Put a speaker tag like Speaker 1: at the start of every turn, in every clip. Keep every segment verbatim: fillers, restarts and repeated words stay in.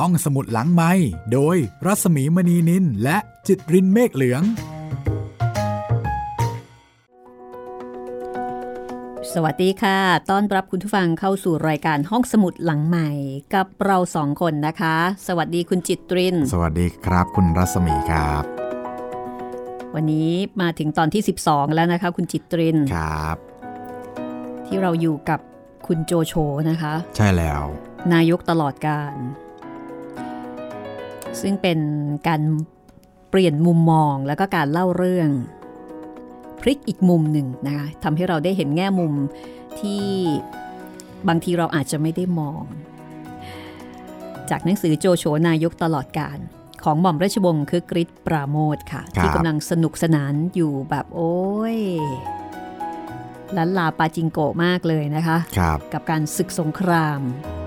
Speaker 1: ห้องสมุดหลังไมค์โดยรัศมีมณีนินและจิตรินเมฆเหลือง
Speaker 2: สวัสดีค่ะต้อนรับคุณผู้ฟังเข้าสู่รายการห้องสมุดหลังใหม่กับเราสองคนนะคะสวัสดีคุณจิตริน
Speaker 1: สวัสดีครับคุณรัศมีครับ
Speaker 2: วันนี้มาถึงตอนที่สิบสองแล้วนะคะคุณจิตริน
Speaker 1: ครับ
Speaker 2: ที่เราอยู่กับคุณโจโฉนะคะ
Speaker 1: ใช่แล้ว
Speaker 2: นายกตลอดกาลซึ่งเป็นการเปลี่ยนมุมมองแล้วก็การเล่าเรื่องพลิกอีกมุมหนึ่งนะคะทำให้เราได้เห็นแง่มุมที่บางทีเราอาจจะไม่ได้มองจากหนังสือโจโฉนายกตลอดกาลของหม่อมราชวงศ์คึกฤทธิ์ปราโมทย์ค่ะที่กำลังสนุกสนานอยู่แบบโอ้ยลันลาปาจิงโกะมากเลยนะคะกับการศึกสงคราม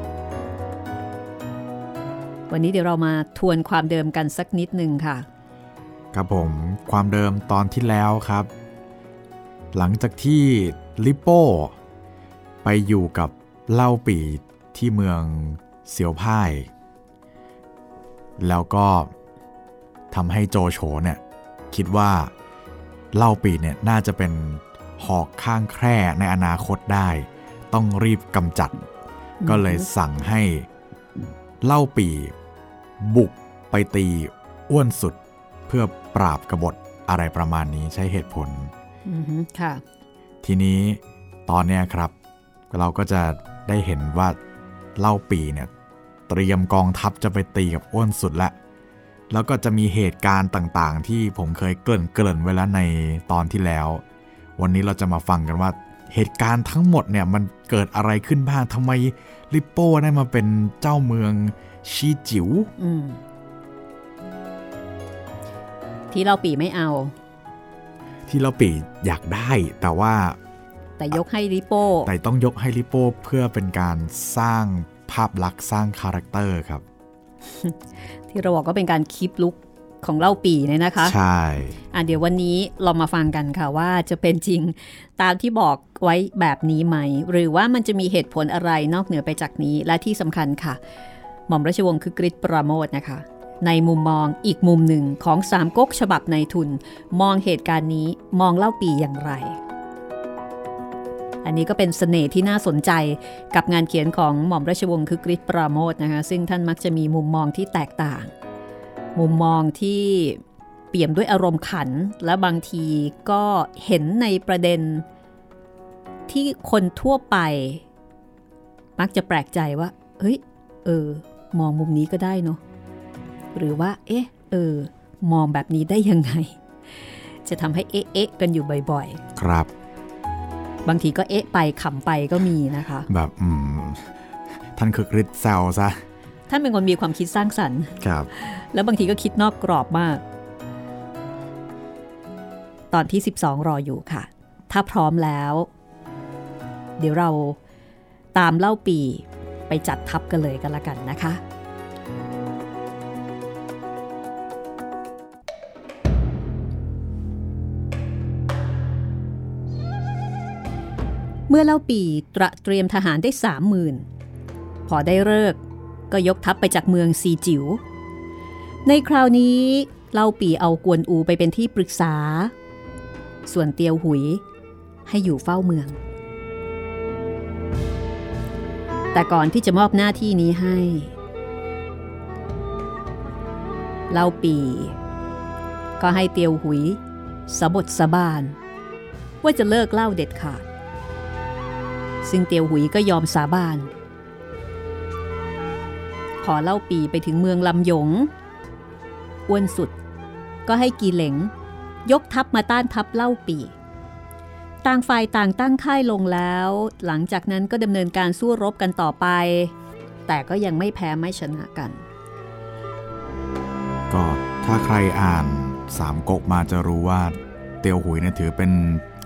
Speaker 2: วันนี้เดี๋ยวเรามาทวนความเดิมกันสักนิดนึงค่ะ
Speaker 1: ครับผมความเดิมตอนที่แล้วครับหลังจากที่ลิโป้ไปอยู่กับเล่าปี่ที่เมืองเซียวพ่ายแล้วก็ทำให้โจโฉเนี่ยคิดว่าเล่าปี่เนี่ยน่าจะเป็นหอกข้างแคร่ในอนาคตได้ต้องรีบกำจัดก็เลยสั่งให้เล่าปี่บุกไปตีอ้วนสุดเพื่อปราบกบฏอะไรประมาณนี้ใช้เหตุผล
Speaker 2: ค่ะ
Speaker 1: ทีนี้ตอนนี้ครับเราก็จะได้เห็นว่าเล่าปี่เนี่ยเตรียมกองทัพจะไปตีกับอ้วนสุดละแล้วก็จะมีเหตุการณ์ต่างๆที่ผมเคยเกริ่นเกริ่นไว้แล้วในตอนที่แล้ววันนี้เราจะมาฟังกันว่าเหตุการณ์ทั้งหมดเนี่ยมันเกิดอะไรขึ้นบ้างทำไมลิปโป้ได้มาเป็นเจ้าเมืองชีจิ๋ว
Speaker 2: ที่เล่าปี่ไม่เอา
Speaker 1: ที่เล่าปี่อยากได้แต่ว่า
Speaker 2: แต่ยกให้ลิโป้
Speaker 1: แต่ต้องยกให้ลิโป้เพื่อเป็นการสร้างภาพลักษณ์สร้างคาแรคเตอร์ครับ
Speaker 2: ที่เราบอกก็เป็นการคีปลุคของเล่าปี่เนี่ยนะคะ
Speaker 1: ใช่
Speaker 2: อ่ะเดี๋ยววันนี้เรามาฟังกันค่ะว่าจะเป็นจริงตามที่บอกไว้แบบนี้ไหมหรือว่ามันจะมีเหตุผลอะไรนอกเหนือไปจากนี้และที่สำคัญค่ะหม่อมราชวงศ์คึกฤทธิ์ปราโมทย์นะคะในมุมมองอีกมุมหนึ่งของสามก๊กฉบับนายทุนมองเหตุการณ์นี้มองเล่าปี่อย่างไรอันนี้ก็เป็นเสน่ห์ที่น่าสนใจกับงานเขียนของหม่อมราชวงศ์คึกฤทธิ์ปราโมทย์นะคะซึ่งท่านมักจะมีมุมมองที่แตกต่างมุมมองที่เปี่ยมด้วยอารมณ์ขันและบางทีก็เห็นในประเด็นที่คนทั่วไปมักจะแปลกใจว่าเฮ้ยเออมองมุมนี้ก็ได้เนาะหรือว่าเอ๊ะเออมองแบบนี้ได้ยังไงจะทำให้เอ๊ะเอ๊ะกันอยู่บ่อย
Speaker 1: ๆครับ
Speaker 2: บางทีก็เอ๊ะไปขำไปก็มีนะคะ
Speaker 1: แบบอืมท่านคึกฤทธิ์แซวซะ
Speaker 2: ท่านเป็นคนมีความคิดสร้างสรรค์
Speaker 1: ครับ
Speaker 2: แล้วบางทีก็คิดนอกกรอบมากตอนที่สิบสองรออยู่ค่ะถ้าพร้อมแล้วเดี๋ยวเราตามเล่าปี่ไปจัดทัพกันเลยกันละกันนะคะเมื่อเล่าปี่ตระเตรียมทหารได้สามหมื่นพอได้ฤกษ์ก็ยกทัพไปจากเมืองซีจิ๋วในคราวนี้เล่าปี่เอากวนอูไปเป็นที่ปรึกษาส่วนเตียวหุยให้อยู่เฝ้าเมืองแต่ก่อนที่จะมอบหน้าที่นี้ให้เล่าปี่ก็ให้เตียวหุยสาบทสาบานว่าจะเลิกเหล้าเด็ดขาดซึ่งเตียวหุยก็ยอมสาบานพอเล่าปี่ไปถึงเมืองลำหยงอ้วนสุดก็ให้กีเหลงยกทัพมาต้านทัพเล่าปี่ต่างฝ่ายต่างตั้งค่ายลงแล้วหลังจากนั้นก็ดำเนินการสู้รบกันต่อไปแต่ก็ยังไม่แพ้ไม่ชนะกัน
Speaker 1: ก็ถ้าใครอ่านสามก๊กมาจะรู้ว่าเตียวหุยเนี่ยถือเป็น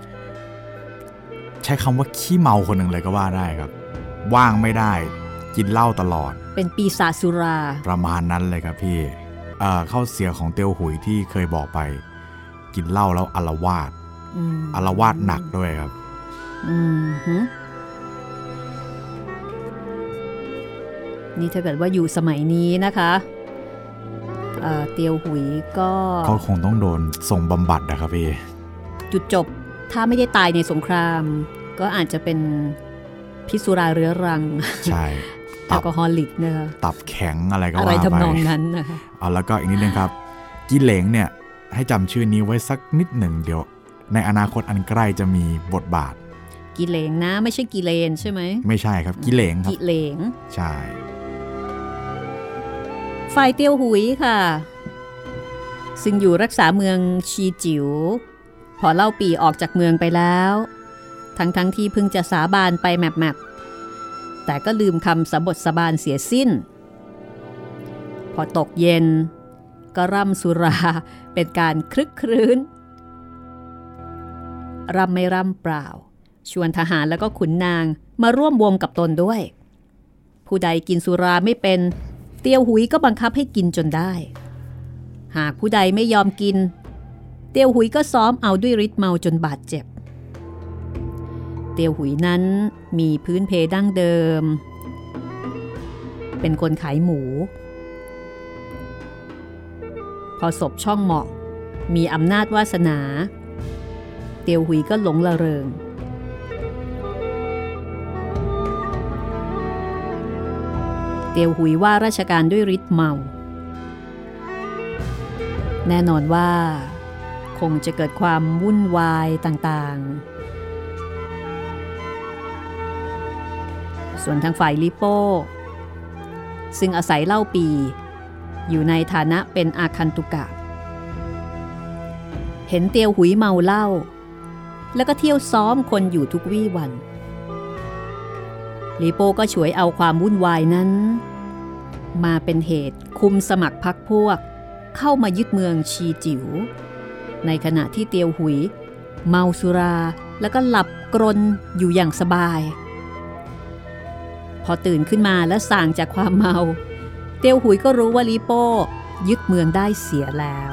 Speaker 1: ใช้คำว่าขี้เมาคนหนึ่งเลยก็ว่าได้ครับว่างไม่ได้กินเหล้าตลอด
Speaker 2: เป็นปีศาจสุรา
Speaker 1: ประมาณนั้นเลยครับพี่เอ่อข้อเสียของเตียวหุยที่เคยบอกไปกินเหล้าแล้วอาละวาดอาละวาดหนักด้วยครับ
Speaker 2: อืมนี่ถ้าเกิดว่าอยู่สมัยนี้นะคะเอ่อเตียวหุยก็
Speaker 1: เขาคงต้องโดนส่งบำบัดนะครับพี่
Speaker 2: จุดจบถ้าไม่ได้ตายในสงครามก็อาจจะเป็นพิษสุราเรื้อรัง
Speaker 1: ใช่
Speaker 2: แอลกอฮอลิกนะคะ
Speaker 1: ตับแข็งอะไรก็ว่าไป
Speaker 2: อะไรทำนองนั้นนะคะ
Speaker 1: เอาแล้วก็อีกนิดนึงครับกิเหลงเนี่ยให้จำชื่อนี้ไว้สักนิดหนึ่งเดี๋ยวในอนาคตอันใกล้จะมีบทบาท
Speaker 2: กิเหลงนะไม่ใช่กิเลนใช่ไหม
Speaker 1: ไม่ใช่ครับกิเหลงครับ
Speaker 2: กิเหลง
Speaker 1: ใช่
Speaker 2: ฝ่ายเตียวหุยค่ะซึ่งอยู่รักษาเมืองชีจิ๋วพอเล่าปีออกจากเมืองไปแล้วทั้งทั้งที่เพิ่งจะสาบานไปแมปๆแต่ก็ลืมคำสาบทสาบานเสียสิ้นพอตกเย็นก็ร่ำสุราเป็นการคลึกครื้นร่ำไม่ร่ำเปล่าชวนทหารแล้วก็ขุนนางมาร่วมวงกับตนด้วยผู้ใดกินสุราไม่เป็นเตียวหุยก็บังคับให้กินจนได้หากผู้ใดไม่ยอมกินเตียวหุยก็ซ้อมเอาด้วยฤทธิ์เมาจนบาดเจ็บเตียวหุยนั้นมีพื้นเพดั้งเดิมเป็นคนขายหมูพอศพช่องเหมาะมีอำนาจวาสนาเตียวหุยก็หลงละเริงเตียวหุยว่าราชการด้วยฤทธิ์เมาแน่นอนว่าคงจะเกิดความวุ่นวายต่างๆส่วนทางฝ่ายลิโป้ซึ่งอาศัยเล่าปีอยู่ในฐานะเป็นอาคันตุกะเห็นเตียวหุยเมาเหล้าแล้วก็เที่ยวซ้อมคนอยู่ทุกวี่วันลิโป้ก็ฉวยเอาความวุ่นวายนั้นมาเป็นเหตุคุมสมัครพรรคพวกเข้ามายึดเมืองชีจิ๋วในขณะที่เตียวหุยเมาสุราแล้วก็หลับกรนอยู่อย่างสบายพอตื่นขึ้นมาและส่างจากความเมาเตียวหุยก็รู้ว่าลิโป้ยึดเมืองได้เสียแล้ว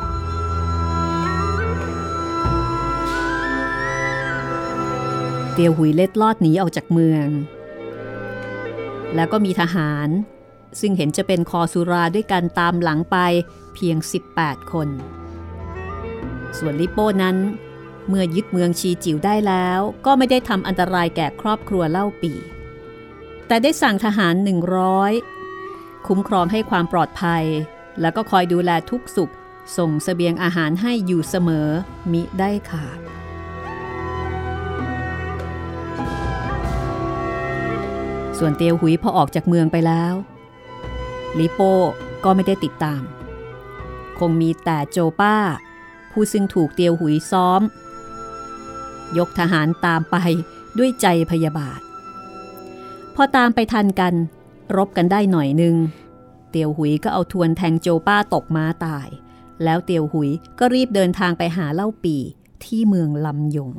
Speaker 2: เตียวหุยเล็ดลอดหนีออกจากเมืองแล้วก็มีทหารซึ่งเห็นจะเป็นคอสุราด้วยกันตามหลังไปเพียงสิบแปดคนส่วนลิโป้นั้นเมื่อยึดเมืองชีจิ๋วได้แล้วก็ไม่ได้ทำอันตรายแก่ครอบครัวเล่าปีแต่ได้สั่งทหารหนึ่งร้อยคุ้มครองให้ความปลอดภัยแล้วก็คอยดูแลทุกสุขส่งเสบียงอาหารให้อยู่เสมอมิได้ขาดส่วนเตียวหุยพอออกจากเมืองไปแล้วลิโป้ก็ไม่ได้ติดตามคงมีแต่โจป้าผู้ซึ่งถูกเตียวหุยซ้อมยกทหารตามไปด้วยใจพยาบาทพอตามไปทันกันรบกันได้หน่อยนึงเตียวหุยก็เอาทวนแทงโจป้าตกม้าตายแล้วเตียวหุยก็รีบเดินทางไปหาเล่าปีที่เมืองลำยง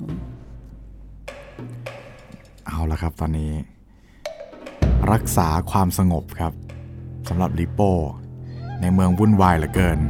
Speaker 1: เอาละครับตอนนี้รักษาความสงบครับสำหรับลิโป้ในเมืองวุ่นวายเหลือเกิน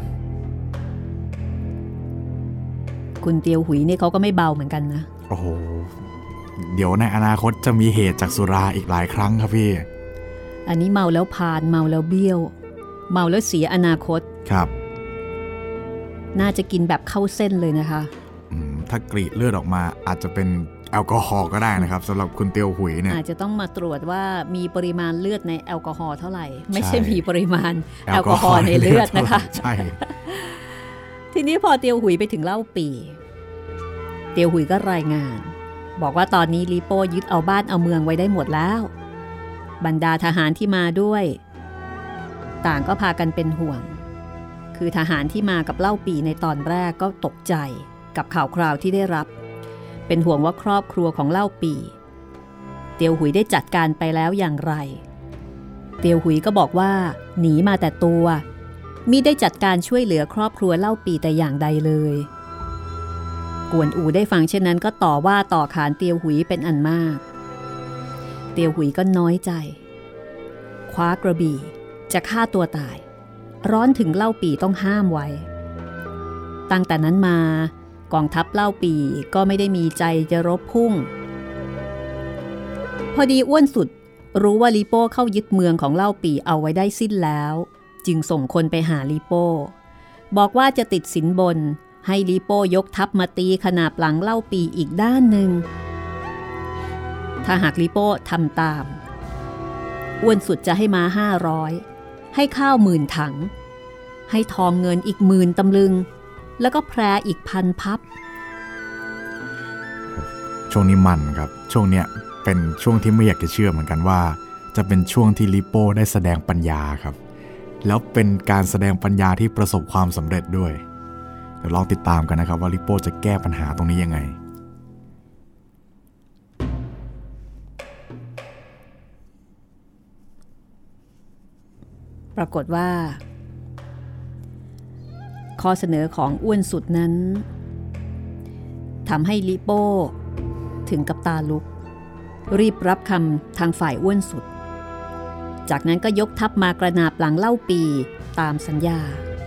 Speaker 2: คุณเตียวหุยนี่เขาก็ไม่เบาเหมือนกันนะ
Speaker 1: โอ้โหเดี๋ยวในอนาคตจะมีเหตุจากสุราอีกหลายครั้งครับพี่
Speaker 2: อันนี้เมาแล้วพาลเมาแล้วเบี้ยวเมาแล้วเสียอนาคต
Speaker 1: ครับ
Speaker 2: น่าจะกินแบบเข้าเส้นเลยนะคะ
Speaker 1: ถ้ากรีดเลือดออกมาอาจจะเป็นแอลกอฮอล์ก็ได้นะครับสำหรับคุณเตียวหุยเนี่ย
Speaker 2: อาจจะต้องมาตรวจว่ามีปริมาณเลือดในแอลกอฮอล์เท่าไหร่ไม่ใช่มีปริมาณแอลกอฮอล์ในเลือดนะคะ
Speaker 1: ใช่
Speaker 2: ทีนี้พอเตียวหุยไปถึงเล่าปีเตียวหุยก็รายงานบอกว่าตอนนี้ลิโป้ยึดเอาบ้านเอาเมืองไว้ได้หมดแล้วบรรดาทหารที่มาด้วยต่างก็พากันเป็นห่วงคือทหารที่มากับเล่าปีในตอนแรกก็ตกใจกับข่าวคราวที่ได้รับเป็นห่วงว่าครอบครัวของเล่าปีเตียวหุยได้จัดการไปแล้วอย่างไรเตียวหุยก็บอกว่าหนีมาแต่ตัวมิได้จัดการช่วยเหลือครอบครัวเล่าปีแต่อย่างใดเลยกวนอูได้ฟังเช่นนั้นก็ต่อว่าต่อขานเตียวหุยเป็นอันมากเตียวหุยก็น้อยใจคว้ากระบี่จะฆ่าตัวตายร้อนถึงเล่าปีต้องห้ามไว้ตั้งแต่นั้นมากองทัพเล่าปีก็ไม่ได้มีใจจะรบพุ่งพอดีอ้วนสุดรู้ว่าลีโป้เข้ายึดเมืองของเล่าปี่เอาไว้ได้สิ้นแล้วจึงส่งคนไปหาลีโป้บอกว่าจะติดสินบนให้ลีโป้ยกทัพมาตีขนาบหลังเล่าปี่อีกด้านหนึ่งถ้าหากลีโป้ทำตามอ้วนสุดจะให้ม้าห้าร้อยให้ข้าวหมื่นถังให้ทองเงินอีกหมื่นตำลึงแล้วก็แพรอีกพันพับ
Speaker 1: ช่วงนี้มันครับช่วงเนี้ยเป็นช่วงที่ไม่อยากจะเชื่อเหมือนกันว่าจะเป็นช่วงที่ลิโป้ได้แสดงปัญญาครับแล้วเป็นการแสดงปัญญาที่ประสบความสำเร็จด้วยเดี๋ยวลองติดตามกันนะครับว่าลิโป้จะแก้ปัญหาตรงนี้ยังไง
Speaker 2: ปรากฏว่าข้อเสนอของอ้วนสุดนั้นทำให้ลิโป้ถึงกับตาลุกรีบรับคำทางฝ่ายอ้วนสุดจากนั้นก็ยกทัพมากระนาบหลังเล่าปีตามสัญญา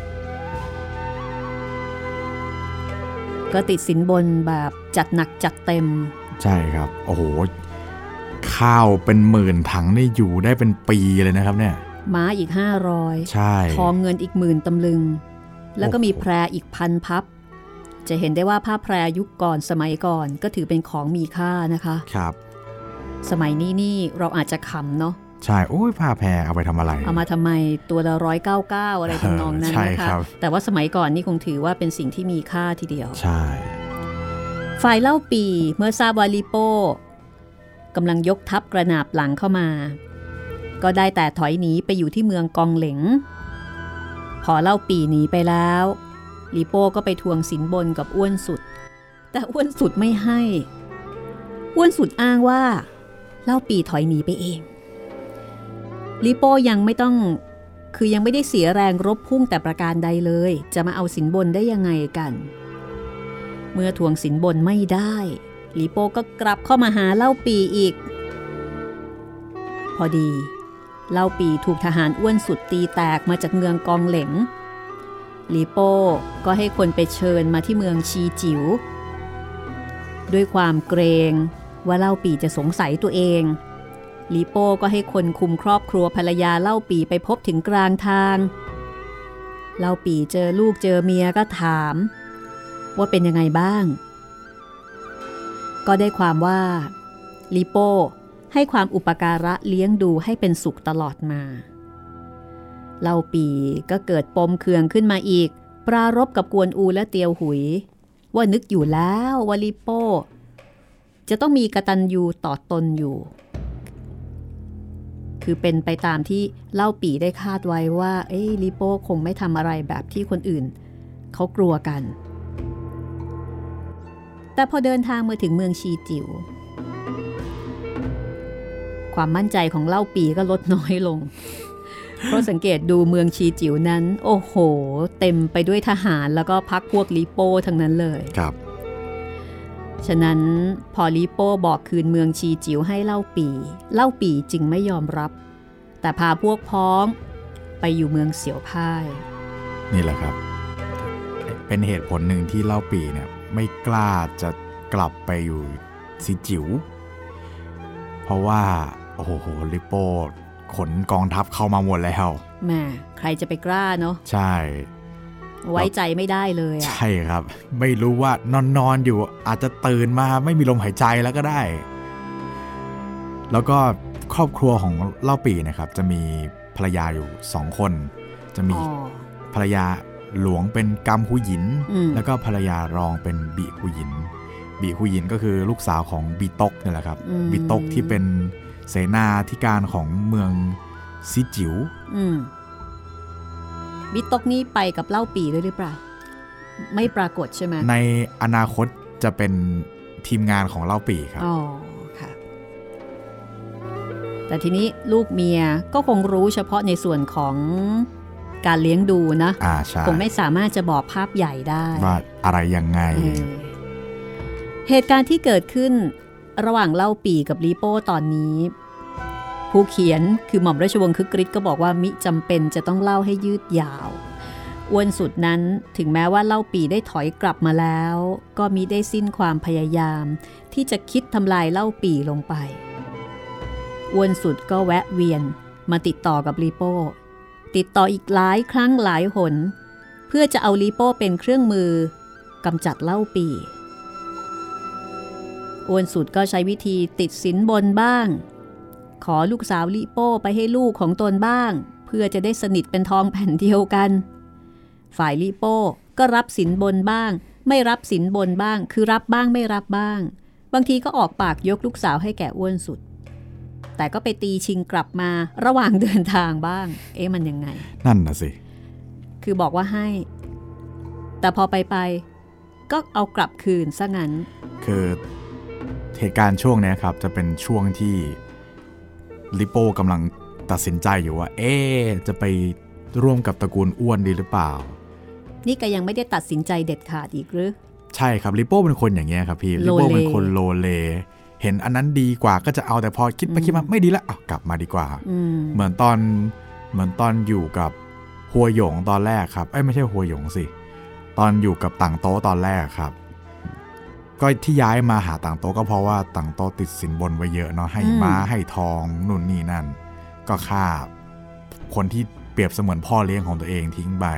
Speaker 2: ก็ติดสินบนแบบจัดหนักจัดเต็ม
Speaker 1: ใช่ครับโอ้โหข้าวเป็นหมื่นถังได้อยู่ได้เป็นปีเลยนะครับเนี่ย
Speaker 2: ม้าอีกห้าร้อย
Speaker 1: ใช่
Speaker 2: ทองเงินอีกหมื่นตำลึงแล้วก็มีแพรอีกพันพับจะเห็นได้ว่าผ้าแพรยุคก่อนสมัยก่อนก็ถือเป็นของมีค่านะคะ
Speaker 1: ครับ
Speaker 2: สมัยนี้นี่เราอาจจะขำเนาะ
Speaker 1: ใช่โอ้ยผ้าแพรเอาไปทำอะไร
Speaker 2: เอามาทำไมตัวละร้อยเก้าเก้าอะไรทำนองนั้นนะคะแต่ว่าสมัยก่อนนี่คงถือว่าเป็นสิ่งที่มีค่าทีเดียว
Speaker 1: ใช่
Speaker 2: ฝ่ายเล่าปีเมื่อทราบว่าลิโป้กำลังยกทัพกระนาบหลังเข้ามาก็ได้แต่ถอยหนีไปอยู่ที่เมืองกองเหลงพอเล่าปีหนีไปแล้วลิโป้ก็ไปทวงสินบนกับอ้วนสุดแต่อ้วนสุดไม่ให้อ้วนสุดอ้างว่าเล่าปีถอยหนีไปเองลิโป้ยังไม่ต้องคือยังไม่ได้เสียแรงรบพุ่งแต่ประการใดเลยจะมาเอาสินบนได้ยังไงกันเมื่อทวงสินบนไม่ได้ลิโป้ก็กลับเข้ามาหาเล่าปีอีกพอดีเล่าปีถูกทหารอ้วนสุดตีแตกมาจากเมืองกองเหลงลีโป้ก็ให้คนไปเชิญมาที่เมืองชีจิ๋วด้วยความเกรงว่าเล่าปีจะสงสัยตัวเองลีโป้ก็ให้คนคุมครอบครัวภรรยาเล่าปีไปพบถึงกลางทางเล่าปีเจอลูกเจอเมียก็ถามว่าเป็นยังไงบ้างก็ได้ความว่าลีโป้ให้ความอุปการะเลี้ยงดูให้เป็นสุขตลอดมาเล่าปีก็เกิดปมเคืองขึ้นมาอีกปรารภกับกวนอูและเตียวหุยว่านึกอยู่แล้วว่าลิโป้จะต้องมีกตัญญูต่อตนอยู่คือเป็นไปตามที่เล่าปีได้คาดไว้ว่าเอ้ลิโป้คงไม่ทำอะไรแบบที่คนอื่นเขากลัวกันแต่พอเดินทางมาถึงเมืองชีจิ๋วความมั่นใจของเล่าปีก็ลดน้อยลงเพราะสังเกตดูเมืองชีจิ๋วนั้นโอ้โหเต็มไปด้วยทหารแล้วก็พรรคพวกลีโป้ทั้งนั้นเลย
Speaker 1: ครับ
Speaker 2: ฉะนั้นพอลีโป้บอกคืนเมืองชีจิ๋วให้เล่าปีเล่าปีจึงไม่ยอมรับแต่พาพวกพ้องไปอยู่เมืองเสี่ยวพ่าย
Speaker 1: นี่แหละครับเป็นเหตุผลหนึ่งที่เล่าปีเนี่ยไม่กล้าจะกลับไปอยู่ชีจิ๋วเพราะว่าโอ้โหลีโป้ขนกองทัพเข้ามาหมดแล้ว
Speaker 2: แม่ใครจะไปกล้าเนาะ
Speaker 1: ใช่
Speaker 2: ไว้ใจไม่ได้เลย
Speaker 1: ใช่ครับไม่รู้ว่านอนนอนอยู่อาจจะตื่นมาไม่มีลมหายใจแล้วก็ได้แล้วก็ครอบครัวของเล่าปี่นะครับจะมีภรรยาอยู่สองคนจะมีภรรยาหลวงเป็นกัมพูหยินแล้วก็ภรรยารองเป็นบิคูหยินบิคูหยินก็คือลูกสาวของบิตกนี่แหละครับบิตกที่เป็นเสนาธิการของเมืองซิจิ๋ว
Speaker 2: บิตกนี้ไปกับเล่าปีด้วยหรือเปล่าไม่ปรากฏใช่ไหม
Speaker 1: ในอนาคตจะเป็นทีมงานของเล่าปีครับ
Speaker 2: อ๋อค่ะแต่ทีนี้ลูกเมียก็คงรู้เฉพาะในส่วนของการเลี้ยงดูนะ
Speaker 1: อ่าใช่
Speaker 2: คงไม่สามารถจะบอกภาพใหญ่ได้
Speaker 1: ว่าอะไรยังไง
Speaker 2: เหตุการณ์ที่เกิดขึ้นระหว่างเล่าปีกับลีโป้ตอนนี้ผู้เขียนคือหม่อมราชวงศ์คึกฤทธิ์ก็บอกว่ามิจำเป็นจะต้องเล่าให้ยืดยาวอ้วนสุดนั้นถึงแม้ว่าเล่าปีได้ถอยกลับมาแล้วก็มิได้สิ้นความพยายามที่จะคิดทำลายเล่าปีลงไปอ้วนสุดก็แวะเวียนมาติดต่อกับลีโป้ติดต่ออีกหลายครั้งหลายหนเพื่อจะเอาลีโป้เป็นเครื่องมือกำจัดเหล้าปี่อ้วนสุดก็ใช้วิธีติดสินบนบ้างขอลูกสาวลีโป้ไปให้ลูกของตนบ้างเพื่อจะได้สนิทเป็นทองแผ่นเดียวกันฝ่ายลีโป้ก็รับสินบนบ้างไม่รับสินบนบ้างคือรับบ้างไม่รับบ้างบางทีก็ออกปากยกลูกสาวให้แก่อ้วนสุดแต่ก็ไปตีชิงกลับมาระหว่างเดินทางบ้างเอ๊ะมันยังไง
Speaker 1: นั่นน่ะสิ
Speaker 2: คือบอกว่าให้แต่พอไปไปก็เอากลับคืนซะงั้น
Speaker 1: คือเหตุการณ์ช่วงนี้ครับจะเป็นช่วงที่ลิโป้กำลังตัดสินใจอยู่ว่าเอ๊ะจะไปร่วมกับตระกูลอ้วนดีหรือเปล่า
Speaker 2: นี่ก็ยังไม่ได้ตัดสินใจเด็ดขาดอีกหรือ
Speaker 1: ใช่ครับลิโป้เป็นคนอย่างเงี้ยครับพี่ลิโป้เป็นคนโลเลเห็นอันนั้นดีกว่าก็จะเอาแต่พอคิดไปคิดมาไม่ดีละเอากลับมาดีกว่าเหมือนตอนเหมือนตอนอยู่กับหัวหยงตอนแรกครับเอ้ยไม่ใช่หัวหยงสิตอนอยู่กับต่างโต๊ะตอนแรกครับก็ที่ย้ายมาหาต่างโต๊ะก็เพราะว่าต่างโต๊ะติดสินบนไว้เยอะเนาะให้ม้าให้ทองนู่นนี่นั่นก็ฆ่าคนที่เปรียบเสมือนพ่อเลี้ยงของตัวเองทิ้งไป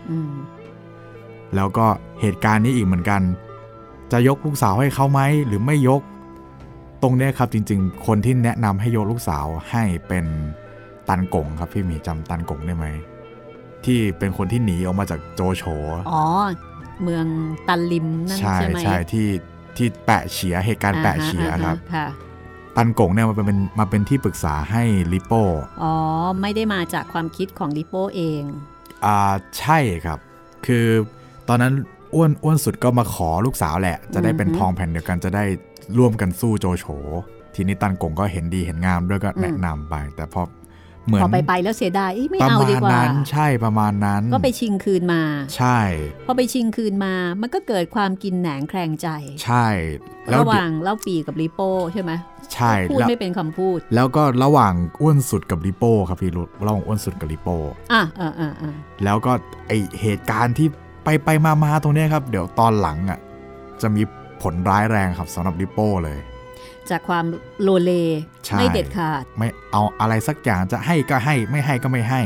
Speaker 1: แล้วก็เหตุการณ์นี้อีกเหมือนกันจะยกลูกสาวให้เขาไหมหรือไม่ยกตรงนี้ครับจริงๆคนที่แนะนำให้ยกลูกสาวให้เป็นตันกงครับพี่หมีจำตันกงได้ไหมที่เป็นคนที่หนีออกมาจากโจโฉ
Speaker 2: อ๋อเมืองตันลิมนั่นใช่ไหม
Speaker 1: ใช่ใช่ที่ที่แปะเฉียเหตุการณ์แปะเฉียครับตันกงเนี่ยมาเป็นมาเป็นที่ปรึกษาให้ลิโป้
Speaker 2: อ๋อไม่ได้มาจากความคิดของลิโป้เอง
Speaker 1: อ่าใช่ครับคือตอนนั้นอ้วนอ้วนสุดก็มาขอลูกสาวแหละจะได้เป็นทองแผ่นเดียวกันจะได้ร่วมกันสู้โจโฉทีนี้ตันกงก็เห็นดีเห็นงามด้วยก็แนะนำไปแต่พอเหมือน
Speaker 2: พอไปไปแล้วเสียดายไม่เอาดีกว่า
Speaker 1: ใช่ประมาณนั้น
Speaker 2: ก็ไปชิงคืนมา
Speaker 1: ใช่
Speaker 2: พอไปชิงคืนมามันก็เกิดความกินแหนงแคลงใจ
Speaker 1: ใช่
Speaker 2: ระหว่างเล่าปีกับลิโป้ใช่ไหม
Speaker 1: ใช่
Speaker 2: พูดไม่เป็นคำพูด
Speaker 1: แล้วก็ระหว่างอ้วนสุดกับลิโป้ครับพี่ระหว่างอ้วนสุดกับลิโป้
Speaker 2: อ่ะอ่ะอ่ะอ่ะ
Speaker 1: แล้วก็ไอเหตุการณ์ที่ไปไปมามาตรงนี้ครับเดี๋ยวตอนหลังอ่ะจะมีผลร้ายแรงครับสำหรับลิโป้เลย
Speaker 2: จากความโลเลไม่เด็ดขาด
Speaker 1: ไม่เอาอะไรสักอย่างจะให้ก็ให้ไม่ให้ก็ไม่ให้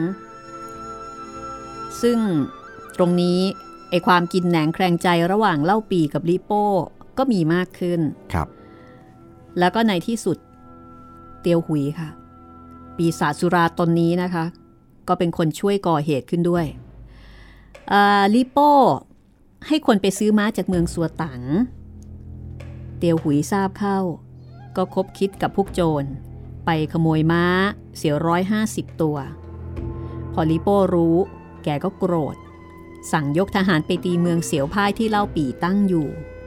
Speaker 2: ซึ่งตรงนี้ไอความกินแหนงแคลงใจระหว่างเล่าปีกับลิโป้ก็มีมากขึ้น
Speaker 1: ครับ
Speaker 2: แล้วก็ในที่สุดเตียวหุยค่ะปีศาจสุราตนนี้นะคะก็เป็นคนช่วยก่อเหตุขึ้นด้วยลิโป้ให้คนไปซื้อม้าจากเมืองสัวตังเตียวหุยทราบเข้าก็คบคิดกับพวกโจรไปขโมยม้าเสียร้อยห้าสิบตัวพอลิโป้รู้แกก็โกรธสั่งยกทหารไปตีเมืองเสียวพ่ายที่เล่าปี่ตั้งอยู่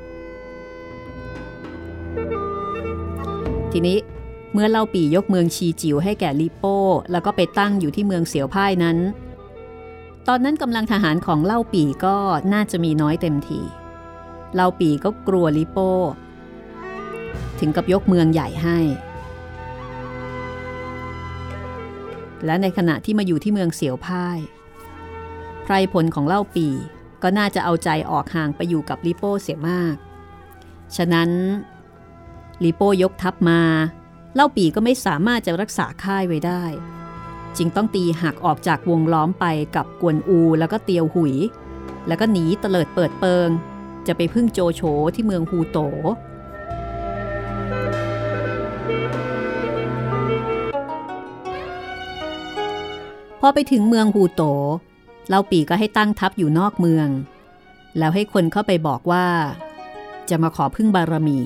Speaker 2: ทีนี้เมื่อเล่าปี่ยกเมืองชีจิ๋วให้แก่ลิโป้แล้วก็ไปตั้งอยู่ที่เมืองเสียวพ่ายนั้นตอนนั้นกำลังทหารของเล่าปี่ก็น่าจะมีน้อยเต็มทีเล่าปี่ก็กลัวลิโป้ถึงกับยกเมืองใหญ่ให้และในขณะที่มาอยู่ที่เมืองเสียวพ่ายไพรพลของเล่าปี่ก็น่าจะเอาใจออกห่างไปอยู่กับลิโป้เสียมากฉะนั้นลิโป้ยกทัพมาเล่าปี่ก็ไม่สามารถจะรักษาค่ายไว้ได้จึงต้องตีหักออกจากวงล้อมไปกับกวนอูแล้วก็เตียวหุยแล้วก็หนีเตลิดเปิดเปิงจะไปพึ่งโจโฉที่เมืองฮูโตพอไปถึงเมืองฮูโตเล่าปี่ก็ให้ตั้งทัพอยู่นอกเมืองแล้วให้คนเข้าไปบอกว่าจะมาขอพึ่งบารมี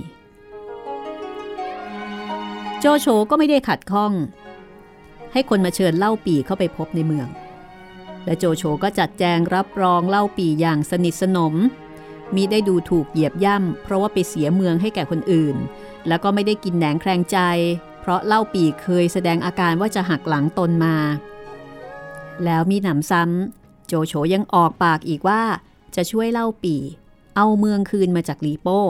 Speaker 2: โจโฉก็ไม่ได้ขัดข้องให้คนมาเชิญเล่าปี่เข้าไปพบในเมืองและโจโฉก็จัดแจงรับรองเล่าปี่อย่างสนิทสนมมิได้ดูถูกเหยียบย่ำเพราะว่าไปเสียเมืองให้แก่คนอื่นแล้วก็ไม่ได้กินแหนงแคลงใจเพราะเล่าปี่เคยแสดงอาการว่าจะหักหลังตนมาแล้วมีหนำซ้ำโจโฉยังออกปากอีกว่าจะช่วยเล่าปี่เอาเมืองคืนมาจากลีโป้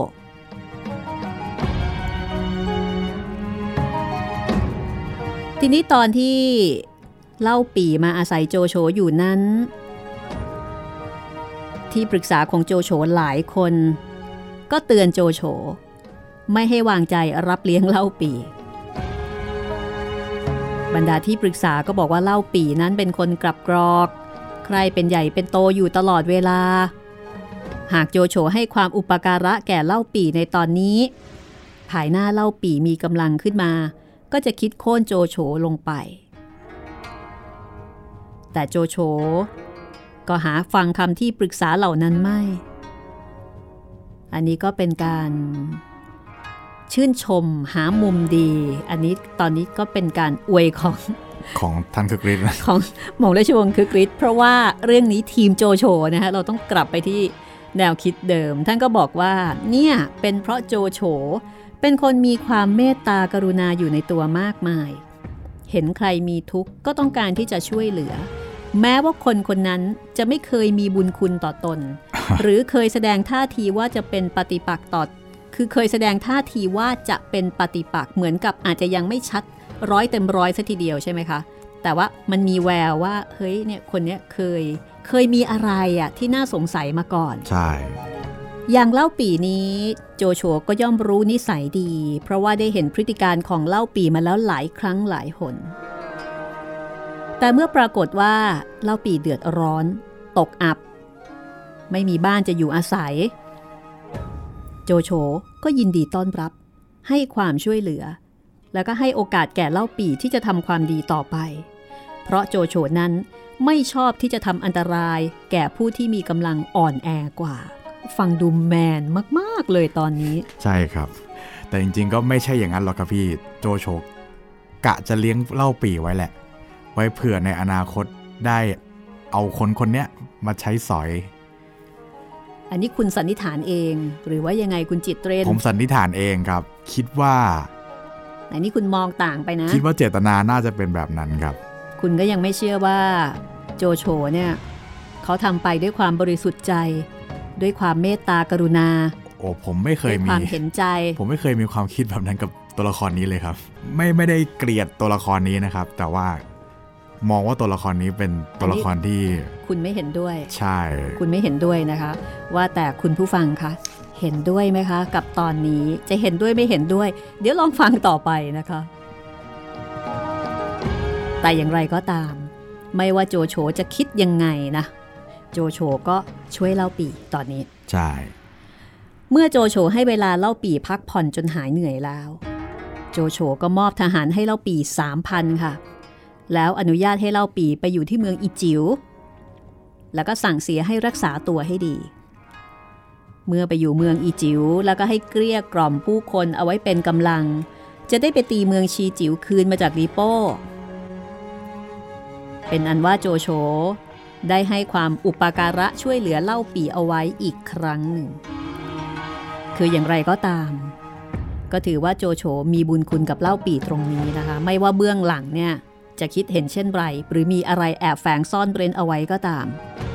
Speaker 2: ทีนี้ตอนที่เล่าปี่มาอาศัยโจโฉอยู่นั้นที่ปรึกษาของโจโฉหลายคนก็เตือนโจโฉไม่ให้วางใจรับเลี้ยงเล่าปี่บรรดาที่ปรึกษาก็บอกว่าเล่าปี่นั้นเป็นคนกลับกรอกใครเป็นใหญ่เป็นโตอยู่ตลอดเวลาหากโจโฉให้ความอุปการะแก่เล่าปี่ในตอนนี้ภายหน้าเล่าปี่มีกำลังขึ้นมาก็จะคิดโค่นโจโฉลงไปแต่โจโฉก็หาฟังคำที่ปรึกษาเหล่านั้นไม่อันนี้ก็เป็นการชื่นชมหามุมดีอันนี้ตอนนี้ก็เป็นการอวยของ
Speaker 1: ของท่านคึกฤทธิ์
Speaker 2: ของหม่อมราชวงศ์คึกฤทธิ์เพราะว่าเรื่องนี้ทีมโจโฉนะฮะเราต้องกลับไปที่แนวคิดเดิมท่านก็บอกว่าเนี่ยเป็นเพราะโจโฉเป็นคนมีความเมตตากรุณาอยู่ในตัวมากมายเห็นใครมีทุกข์ก็ต้องการที่จะช่วยเหลือแม้ว่าคนคนนั้นจะไม่เคยมีบุญคุณต่อตน หรือเคยแสดงท่าทีว่าจะเป็นปฏิปักษ์ต่อคือเคยแสดงท่าทีว่าจะเป็นปฏิปักษ์เหมือนกับอาจจะยังไม่ชัดร้อยเต็มร้อยซะทีเดียวใช่ไหมคะแต่ว่ามันมีแววว่าเฮ้ยเนี่ยคนเนี้ยเคยเคยมีอะไรอะที่น่าสงสัยมาก่อน
Speaker 1: ใช่
Speaker 2: อย่างเล่าปี่นี้โจโฉก็ย่อมรู้นิสัยดีเพราะว่าได้เห็นพฤติการของเล่าปี่มาแล้วหลายครั้งหลายหนแต่เมื่อปรากฏว่าเล่าปี่เดือดร้อนตกอับไม่มีบ้านจะอยู่อาศัยโจโฉก็ยินดีต้อนรับให้ความช่วยเหลือแล้วก็ให้โอกาสแก่เล่าปี่ที่จะทำความดีต่อไปเพราะโจโฉนั้นไม่ชอบที่จะทำอันตรายแก่ผู้ที่มีกำลังอ่อนแอกว่าฟังดูแมนมากๆเลยตอนนี้
Speaker 1: ใช่ครับแต่จริงๆก็ไม่ใช่อย่างนั้นหรอกครับพี่โจโฉกะจะเลี้ยงเล่าปี่ไว้แหละไว้เผื่อในอนาคตได้เอาคนคนนี้มาใช้สอย
Speaker 2: อันนี้คุณสันนิษฐานเองหรือว่ายังไงคุณจิตเรน
Speaker 1: ผมสันนิษฐานเองครับคิดว่า
Speaker 2: อันนี้คุณมองต่างไปนะ
Speaker 1: คิดว่าเจตนาน่าจะเป็นแบบนั้นครับ
Speaker 2: คุณก็ยังไม่เชื่อว่าโจโฉเนี่ยเขาทำไปด้วยความบริสุทธิ์ใจด้วยความเมตตากรุณา
Speaker 1: โอ้ผมไม่เคยมี
Speaker 2: ความเห็นใจ
Speaker 1: ผมไม่เคยมีความคิดแบบนั้นกับตัวละครนี้เลยครับไม่ไม่ได้เกลียดตัวละครนี้นะครับแต่ว่ามองว่าตัวละครนี้เป็นตัวละครที่
Speaker 2: คุณไม่เห็นด้วย
Speaker 1: ใช่
Speaker 2: คุณไม่เห็นด้วยนะคะว่าแต่คุณผู้ฟังคะเห็นด้วยไหมคะกับตอนนี้จะเห็นด้วยไม่เห็นด้วยเดี๋ยวลองฟังต่อไปนะคะแต่อย่างไรก็ตามไม่ว่าโจโฉจะคิดยังไงนะโจโฉก็ช่วยเล่าปี่ตอนนี้
Speaker 1: ใช่
Speaker 2: เมื่อโจโฉให้เวลาเล่าปี่พักผ่อนจนหายเหนื่อยแล้วโจโฉก็มอบทหารให้เล่าปี่ สามพัน ค่ะแล้วอนุญาตให้เล่าปี่ไปอยู่ที่เมืองอีจิ๋วแล้วก็สั่งเสียให้รักษาตัวให้ดีเมื่อไปอยู่เมืองอีจิ๋วแล้วก็ให้เกลี้ยกล่อมผู้คนเอาไว้เป็นกำลังจะได้ไปตีเมืองชีจิ๋วคืนมาจากลีโป้เป็นอันว่าโจโฉได้ให้ความอุปการะช่วยเหลือเล่าปี่เอาไว้อีกครั้งหนึ่งคืออย่างไรก็ตามก็ถือว่าโจโฉมีบุญคุณกับเล่าปี่ตรงนี้นะคะไม่ว่าเบื้องหลังเนี่ยจะคิดเห็นเช่นไรหรือมีอะไรแอบแฝงซ่อนเร้นเอาไว้ก็ตาม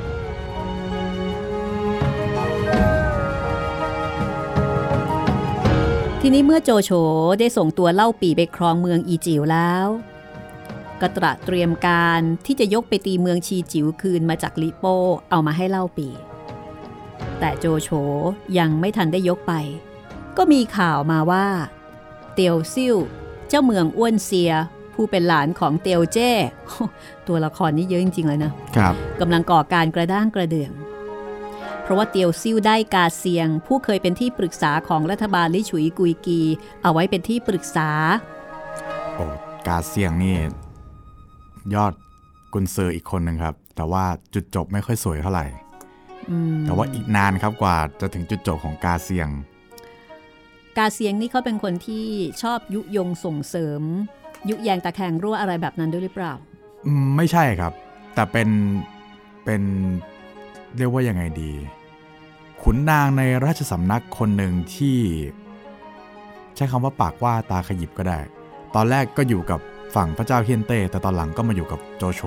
Speaker 2: ทีนี้เมื่อโจโฉได้ส่งตัวเล่าปี่ไปครองเมืองอีจิ๋วแล้วก็ตระเตรียมการที่จะยกไปตีเมืองชีจิ๋วคืนมาจากลิโป้เอามาให้เล่าปี่แต่โจโฉยังไม่ทันได้ยกไปก็มีข่าวมาว่าเตียวซิ่วเจ้าเมืองอ้วนเซียผู้เป็นหลานของเตียวเจ้ตัวละครนี้เยอะจริงๆเลยนะครับกำลังก่อการกระด้างกระเดื่องเพราะว่าเตียวซิ่วได้กาเซียงผู้เคยเป็นที่ปรึกษาของรัฐบาลลิฉุยกุยกีเอาไว้เป็นที่ปรึกษา
Speaker 1: โอ้กาเซียงนี่ยอดกุนเซอร์อีกคนนึงครับแต่ว่าจุดจบไม่ค่อยสวยเท่าไหร่แต่ว่าอีกนานครับกว่าจะถึงจุดจบของกาเซียง
Speaker 2: กาเซียงนี่เขาเป็นคนที่ชอบยุยงส่งเสริมยุแยงตะแคงรั่วอะไรแบบนั้นด้วยหรือเปล่า
Speaker 1: ไม่ใช่ครับแต่เป็นเป็นเรียกว่ายังไงดีขุนนางในราชสำนักคนหนึ่งที่ใช้คำว่าปากว่าตาขยิบก็ได้ตอนแรกก็อยู่กับฝั่งพระเจ้าเฮียนเต้แต่ตอนหลังก็มาอยู่กับโจโฉ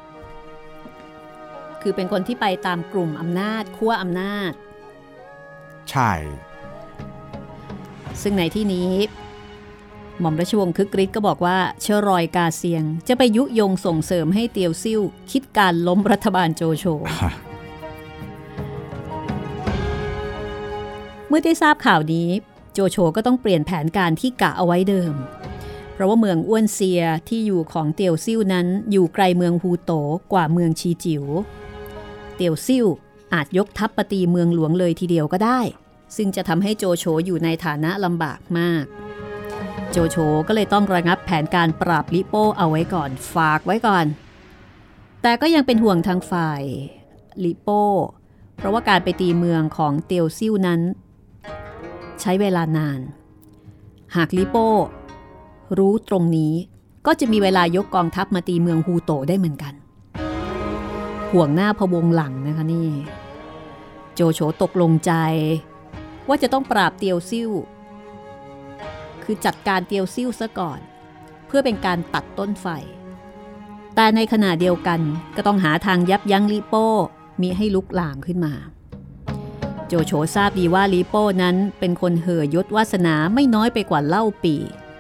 Speaker 2: คือเป็นคนที่ไปตามกลุ่มอำนาจขั้วอำนาจ
Speaker 1: ใช่
Speaker 2: ซึ่งในที่นี้หม่อมราชวงศ์คึกฤทธิ์ก็บอกว่าเชอรอยกาเซียงจะไปยุยงส่งเสริมให้เตียวซิ่วคิดการล้มรัฐบาลโจโฉ เมื่อได้ทราบข่าวนี้โจโฉก็ต้องเปลี่ยนแผนการที่กะเอาไว้เดิมเพราะว่าเมืองอ้วนเซียที่อยู่ของเตียวซิ่วนั้นอยู่ไกลเมืองฮูโตกว่าเมืองชีจิ๋วเตียวซิ่วอาจยกทัพปตีเมืองหลวงเลยทีเดียวก็ได้ซึ่งจะทำให้โจโฉอยู่ในฐานะลำบากมากโจโฉก็เลยต้องระงับแผนการปราบลิโป้เอาไว้ก่อนฝากไว้ก่อนแต่ก็ยังเป็นห่วงทางฝ่ายลิโป้เพราะว่าการไปตีเมืองของเตียวซิ่วนั้นใช้เวลานานหากลิโป้รู้ตรงนี้ก็จะมีเวลายกกองทัพมาตีเมืองฮูโตได้เหมือนกันห่วงหน้าพะวงหลังนะคะนี่โจโฉตกลงใจว่าจะต้องปราบเตียวซิ่วคือจัดการเตียวซิ่วซะก่อนเพื่อเป็นการตัดต้นไฟแต่ในขณะเดียวกันก็ต้องหาทางยับยั้งลิโป้มิให้ลุกลามขึ้นมาโจโฉทราบดีว่าลิโป้นั้นเป็นคนเห่อยศวาสนาไม่น้อยไปกว่าเล่าปี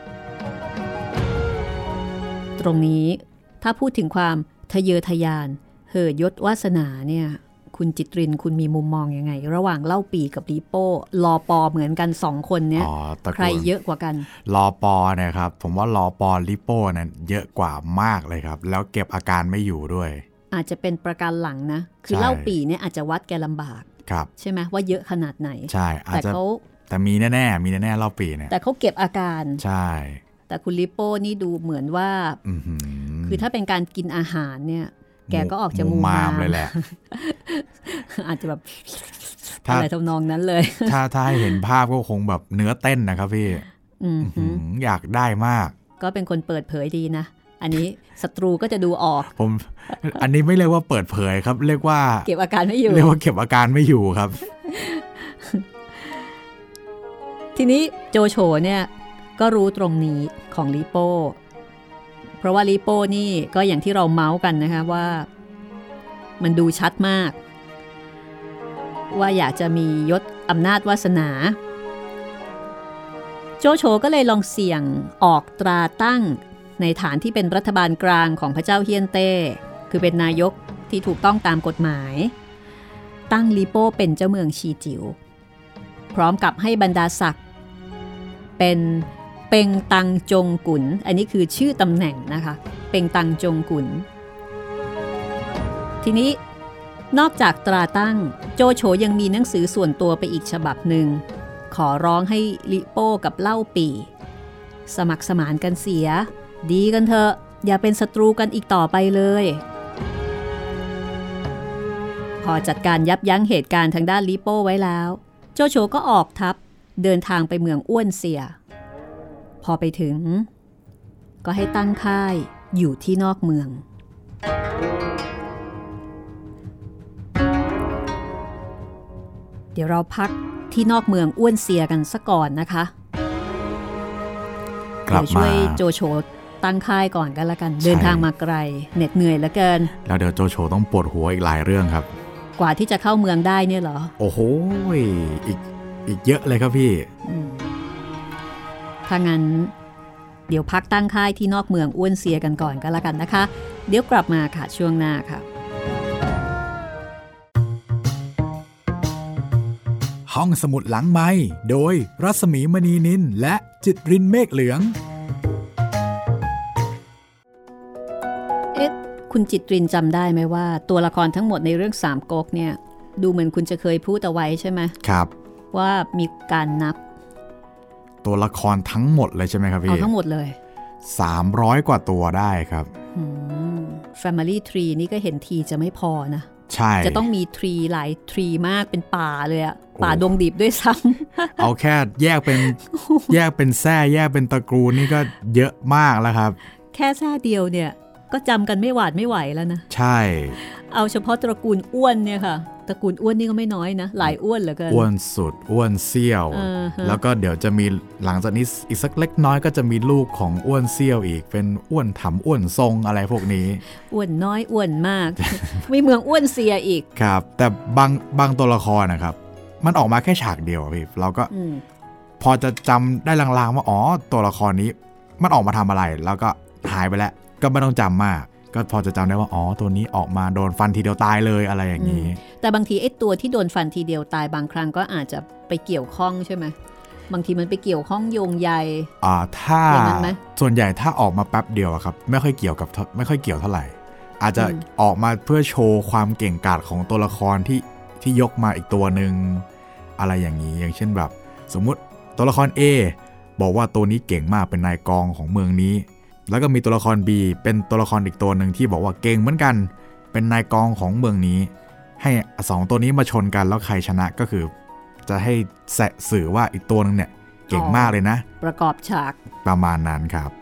Speaker 2: ตรงนี้ถ้าพูดถึงความทะเยอทะยานเห่อยศวาสนาเนี่ยคุณจิตรินคุณมีมุมมองยังไงระหว่างเล่าปีกับลิโป้ลอปอเหมือนกันสองคนเนี้ยใครเยอะกว่ากัน
Speaker 1: ลอปอเนี่ยครับผมว่าลอปอลิโป้นั้นเยอะกว่ามากเลยครับแล้วเก็บอาการไม่อยู่ด้วย
Speaker 2: อาจจะเป็นประการหลังนะคือเล่าปีเนี่ยอาจจะวัดแกลำบากใช่ไหมว่าเยอะขนาดไหน
Speaker 1: ใช่แต่เขาแต่มีแน่ๆมีแน่ๆเล่าปีเนี่ย
Speaker 2: แต่เขาเก็บอาการ
Speaker 1: ใช่
Speaker 2: แต่คุณลิโป้นี่ดูเหมือนว่าคือถ้าเป็นการกินอาหารเนี่ยแกก็ออกจะมูมาม
Speaker 1: เลยแหละ
Speaker 2: อาจจะแบบอะไรทำนองนั้นเลย
Speaker 1: ถ้าถ้าให้เห็นภาพก็คงแบบเนื้อเต้นนะครับพี่อยากได้มาก
Speaker 2: ก็เป็นคนเปิดเผยดีนะอันนี้ศัตรูก็จะดูออก
Speaker 1: ผมอันนี้ไม่เรียกว่าเปิดเผยครับเรียกว่า
Speaker 2: เก็บอาการไม่อยู่
Speaker 1: เรียกว่าเก็บอาการไม่อยู่ครับ
Speaker 2: ทีนี้โจโฉเนี่ยก็รู้ตรงนี้ของลิโป้เพราะว่าลิโป้นี่ก็อย่างที่เราเมาส์กันนะคะว่ามันดูชัดมากว่าอยากจะมียศอำนาจวาสนาโจโฉก็เลยลองเสี่ยงออกตราตั้งในฐานที่เป็นรัฐบาลกลางของพระเจ้าเฮียนเต้คือเป็นนายกที่ถูกต้องตามกฎหมายตั้งลิโป้เป็นเจ้าเมืองชีจิ๋วพร้อมกับให้บรรดาศักดิ์เป็นเป่งตังจงกุนอันนี้คือชื่อตำแหน่งนะคะเป่งตังจงกุนทีนี้นอกจากตราตั้งโจโฉยังมีหนังสือส่วนตัวไปอีกฉบับหนึ่งขอร้องให้ลิโป้กับเล่าปีสมัครสมานกันเสียดีกันเถอะอย่าเป็นศัตรูกันอีกต่อไปเลยพอจัดการยับยั้งเหตุการณ์ทางด้านลิโป้ไว้แล้วโจโฉก็ออกทัพเดินทางไปเมืองอ้วนเซียพอไปถึงก็ให้ตั้งค่ายอยู่ที่นอกเมืองเดี๋ยวเราพักที่นอกเมืองอ้วนเซียกันซะก่อนนะคะเดี๋ยวช่วยโจโฉตั้งค่ายก่อนกันละกันเดินทางมาไกลเหน็ดเหนื่อยเหลือเกิน
Speaker 1: แล้วเดี๋ยวโจโฉต้องปวดหัวอีกหลายเรื่องครับ
Speaker 2: กว่าที่จะเข้าเมืองได้เนี่ยเหรอ
Speaker 1: โอ้โหอีกอีกเยอะเลยครับพี่
Speaker 2: ถ้างั้นเดี๋ยวพักตั้งค่ายที่นอกเมืองอ้วนเซียกันก่อนก็แล้วกันนะคะเดี๋ยวกลับมาค่ะช่วงหน้าค่ะ
Speaker 1: ห้องสมุดหลังไมค์โดยรัศมีมณีนินและจิตรินเมฆเหลือง
Speaker 2: เอ๊ะคุณจิตรินจำได้ไหมว่าตัวละครทั้งหมดในเรื่องสามก๊กเนี่ยดูเหมือนคุณจะเคยพูดเอาไว้ใช่ไหม
Speaker 1: ครับ
Speaker 2: ว่ามีการนับ
Speaker 1: ตัวละครทั้งหมดเลยใช่ไหมครับพี่
Speaker 2: เอาทั้งหมดเลย
Speaker 1: สามร้อยกว่าตัวได้ครับ
Speaker 2: Family Tree นี่ก็เห็นทีจะไม่พอนะ
Speaker 1: ใช่
Speaker 2: จะต้องมีทรีหลายทรีมากเป็นป่าเลยอะป่าดงดิบด้วยซ้
Speaker 1: ำ เอาแค่แยกเป็น แยกเป็นแท้แยกเป็นตระกูลนี่ก็เยอะมากแล้วครับ
Speaker 2: แค่แท้เดียวเนี่ยก็จำกันไม่หวาดไม่ไหวแล้วนะ
Speaker 1: ใช่
Speaker 2: เอาเฉพาะตระกูลอ้วนเนี่ยค่ะตระกูลอ้วนนี่ก็ไม่น้อยนะหลายอ้วนเหลือเกิน
Speaker 1: อ้วนสุดอ้วนเซี่ยว uh-huh. แล้วก็เดี๋ยวจะมีหลังจากนี้อีกสักเล็กน้อยก็จะมีลูกของอ้วนเซี่ยวอีกเป็นอ้วนถำอ้วนทรงอะไรพวกนี้
Speaker 2: อ้วนน้อยอ้วนมาก มีเมืองอ้วนเซียอีก
Speaker 1: ครับแต่บางบางตัวละครนะครับมันออกมาแค่ฉากเดียวพี่เราก็พอจะจำได้ลางๆว่าอ๋อตัวละครนี้มันออกมาทำอะไรแล้วก็หายไปแล้วก็ไม่ต้องจำมากก็พอจะจำได้ว่าอ๋อตัวนี้ออกมาโดนฟันทีเดียวตายเลยอะไรอย่างนี้
Speaker 2: แต่บางทีไอ้ตัวที่โดนฟันทีเดียวตายบางครั้งก็อาจจะไปเกี่ยวข้องใช่ไหมบางทีมันไปเกี่ยวข้องโยงใย
Speaker 1: อ่าถ้าส่วนใหญ่ถ้าออกมาแป๊บเดียวครับไม่ค่อยเกี่ยวกับไม่ค่อยเกี่ยวเท่าไหร่อาจจะออกมาเพื่อโชว์ความเก่งกาจของตัวละครที่ที่ยกมาอีกตัวหนึ่งอะไรอย่างนี้อย่างเช่นแบบสมมุติตัวละคร A บอกว่าตัวนี้เก่งมากเป็นนายกองของเมืองนี้แล้วก็มีตัวละคร B เป็นตัวละครอีกตัวหนึ่งที่บอกว่าเก่งเหมือนกันเป็นนายกองของเมืองนี้ให้สองตัวนี้มาชนกันแล้วใครชนะก็คือจะให้สื่อว่าอีกตัวนึงเนี่ยเก่งมากเลยนะ
Speaker 2: ประกอบฉาก
Speaker 1: ประมาณนั้นครับ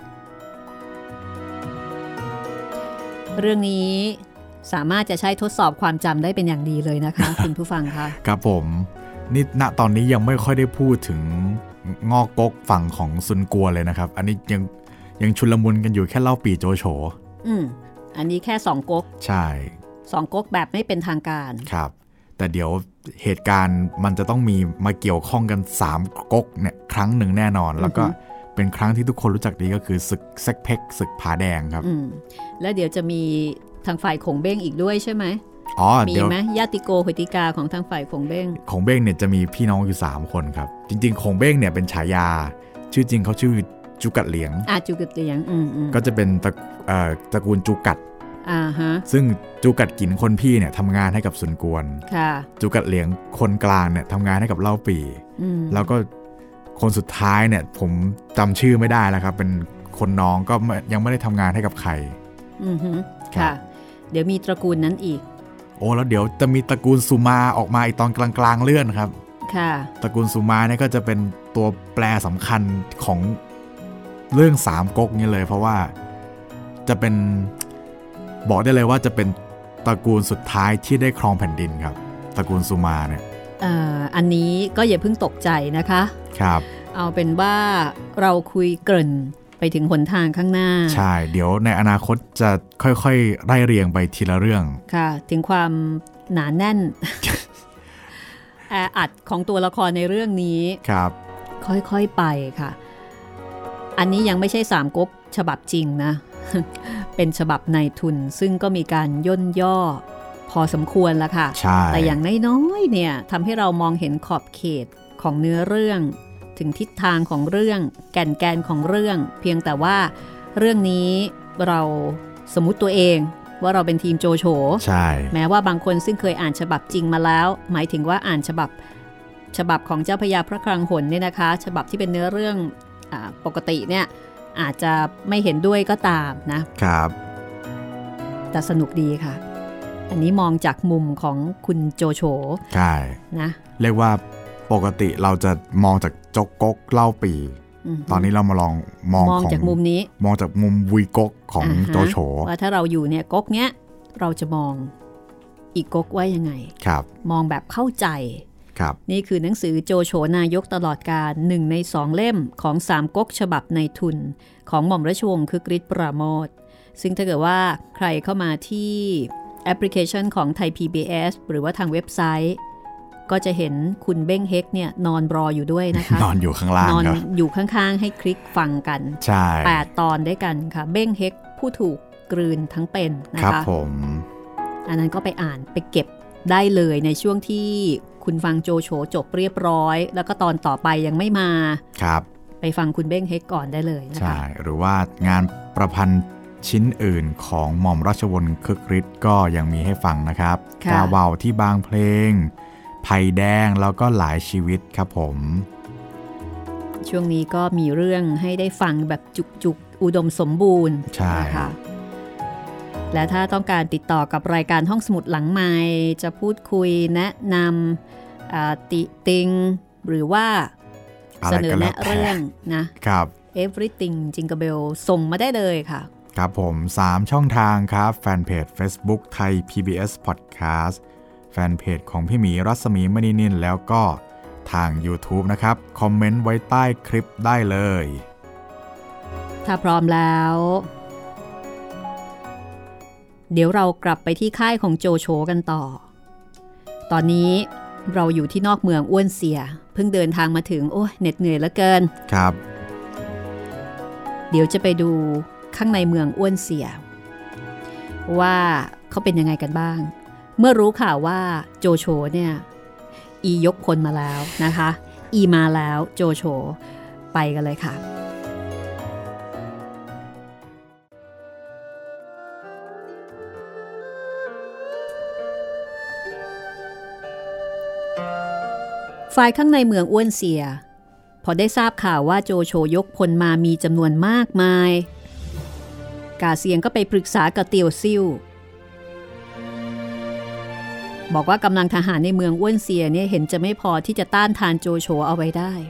Speaker 2: เรื่องนี้สามารถจะใช้ทดสอบความจำได้เป็นอย่างดีเลยนะคะ คุณผู้ฟังคะ
Speaker 1: ครับผมนี่ณตอนนี้ยังไม่ค่อยได้พูดถึงงอกก๊กฝั่งของซุนกัวเลยนะครับอันนี้ยังยังชุลมุนกันอยู่แค่เล่าปี่โจโฉ
Speaker 2: อืมอันนี้แค่สองก๊ก
Speaker 1: ใช่
Speaker 2: สองก๊กแบบไม่เป็นทางการ
Speaker 1: ครับแต่เดี๋ยวเหตุการณ์มันจะต้องมีมาเกี่ยวข้องกันสามก๊กเนี่ยครั้งหนึ่งแน่นอนแล้วก็เป็นครั้งที่ทุกคนรู้จักดีก็คือศึกเซ็กเพ็กศึกผาแดงครับ
Speaker 2: อืมแล้วเดี๋ยวจะมีทางฝ่ายขงเบ้งอีกด้วยใช่ไหม
Speaker 1: อ๋อ
Speaker 2: มีไหมญาติโกโหติกาของทางฝ่ายขงเบ้ง
Speaker 1: ขงเบ้งเนี่ยจะมีพี่น้องอยู่สามคนครับจริงๆขงเบ้งเนี่ยเป็นฉายาชื่อจริงเขาชื่อจูกัดเหลียง
Speaker 2: อ่าจูกัดเหลียงอืมอืม
Speaker 1: ก็จะเป็นตระเอ่อตระกูลจูกัด
Speaker 2: อ่าฮะ
Speaker 1: ซึ่งจูกัดกินคนพี่เนี่ยทำงานให้กับซุนกวน
Speaker 2: ค่ะ
Speaker 1: จูกัดเหลียงคนกลางเนี่ยทำงานให้กับเล่าปี่แล้วก็คนสุดท้ายเนี่ยผมจำชื่อไม่ได้แล้วครับเป็นคนน้องก็ยังไม่ได้ทำงานให้กับใคร
Speaker 2: อือฮึค่ะเดี๋ยวมีตระกูลนั้นอีก
Speaker 1: โอ้แล้วเดี๋ยวจะมีตระกูลสุมาออกมาอีกตอนกลางๆเลื่อนครับ
Speaker 2: ค่ะ
Speaker 1: ตระกูลสุมาเนี่ยก็จะเป็นตัวแปรสำคัญของเรื่องสามก๊กนี่เลยเพราะว่าจะเป็นบอกได้เลยว่าจะเป็นตระกูลสุดท้ายที่ได้ครองแผ่นดินครับตระกูลสุมาเนี่ย
Speaker 2: อ่าอันนี้ก็อย่าเพิ่งตกใจนะคะ
Speaker 1: ครับ
Speaker 2: เอาเป็นว่าเราคุยเกริ่นไปถึงหนทางข้างหน้า
Speaker 1: ใช่เดี๋ยวในอนาคตจะค่อยๆไล่เรียงไปทีละเรื่อง
Speaker 2: ค่ะถึงความหนาแน่น แออัดของตัวละครในเรื่องนี้
Speaker 1: ครับ
Speaker 2: ค่อยๆไปค่ะอันนี้ยังไม่ใช่สามก๊กฉบับจริงนะเป็นฉบับในทุนซึ่งก็มีการย่นย่อพอสมควรแล้วค่ะแต่อย่างน้อยๆเนี่ยทำให้เรามองเห็นขอบเขตของเนื้อเรื่องถึงทิศทางของเรื่องแก่นแกนของเรื่องเพียงแต่ว่าเรื่องนี้เราสมมุติตัวเองว่าเราเป็นทีมโจโฉ
Speaker 1: ใช่
Speaker 2: แม้ว่าบางคนซึ่งเคยอ่านฉบับจริงมาแล้วหมายถึงว่าอ่านฉบับฉบับของเจ้าพระยาพระคลังหนเนี่ยนะคะฉบับที่เป็นเนื้อเรื่องอ่าปกติเนี่ยอาจจะไม่เห็นด้วยก็ตามนะครับแต่สนุกดีค่ะอันนี้มองจากมุมของคุณโจโฉ
Speaker 1: ใช่
Speaker 2: นะ
Speaker 1: เรียกว่าปกติเราจะมองจากจกก๊กเล่าปี่ตอนนี้เรามาลองมอง
Speaker 2: มองจากมุมนี้
Speaker 1: มองจากมุมวีก๊กของโจโฉ
Speaker 2: ว่าถ้าเราอยู่เนี่ยก๊กเนี้ยเราจะมองอีกก๊กว่ายังไง
Speaker 1: ครับ
Speaker 2: มองแบบเข้าใจนี่คือหนังสือโจโฉนายกตลอดกาลหนึ่งในสองเล่มของสามก๊กฉบับในทุนของหม่อมราชวงศ์คึกฤทธิ์ปราโมทย์ซึ่งถ้าเกิดว่าใครเข้ามาที่แอปพลิเคชันของไทย พี บี เอส หรือว่าทางเว็บไซต์ก็จะเห็นคุณเบ้งเฮกเนี่ยนอนรออยู่ด้วยนะคะ
Speaker 1: นอนอยู่ข้างล่าง
Speaker 2: นอนอยู่ข้างๆให้คลิกฟังกัน
Speaker 1: ใช่
Speaker 2: แปดตอนด้วยกันค่ะเบ้งเฮกผู้ถูกกลืนทั้งเป็นนะคะ
Speaker 1: ครับผม
Speaker 2: อันนั้นก็ไปอ่านไปเก็บได้เลยในช่วงที่คุณฟังโจโฉจบเรียบร้อยแล้วก็ตอนต่อไปยังไม่มา
Speaker 1: ครับ
Speaker 2: ไปฟังคุณเบ้งเฮกก่อนได้เลยนะคะ
Speaker 1: ใช่หรือว่างานประพันธ์ชิ้นอื่นของหม่อมราชวงศ์คึกฤทธิ์ก็ยังมีให้ฟังนะครับกาเวาที่บางเพลงไผ่แดงแล้วก็หลายชีวิตครับผม
Speaker 2: ช่วงนี้ก็มีเรื่องให้ได้ฟังแบบจุกๆอุดมสมบูรณ์
Speaker 1: ใช่
Speaker 2: ค่ะและถ้าต้องการติดต่อกับรายการห้องสมุดหลังไมค์จะพูดคุยแนะนำติติงหรือว่าเสนอแนะเรื่องนะครับ everything Jingle Bell ส่งมาได้เลยค่ะ
Speaker 1: ครับผมสามช่องทางครับแฟนเพจ Facebook ไทย พี บี เอส Podcast แฟนเพจของพี่หมีรัศมีมณีนินแล้วก็ทาง YouTube นะครับคอมเมนต์ไว้ใต้คลิปได้เลย
Speaker 2: ถ้าพร้อมแล้วเดี๋ยวเรากลับไปที่ค่ายของโจโฉกันต่อตอนนี้เราอยู่ที่นอกเมืองอ้วนเสียเพิ่งเดินทางมาถึงโอ้ยเหน็ดเหนื่อยเหลือเกิน
Speaker 1: ครับ
Speaker 2: เดี๋ยวจะไปดูข้างในเมืองอ้วนเสียว่าเขาเป็นยังไงกันบ้างเมื่อรู้ข่าวว่าโจโฉเนี่ยอียกพลมาแล้วนะคะอีมาแล้วโจโฉไปกันเลยค่ะฝ่ายข้างในเมืองอ้วนเสียพอได้ทราบข่าวว่าโจโฉยกพลมามีจำนวนมากมายกาเซียงก็ไปปรึกษากับเตียวซิ่วบอกว่ากำลังทหารในเมืองอ้วนเสียเนี่ยเห็นจะไม่พอที่จะต้านทานโจโฉเอาไว้ได้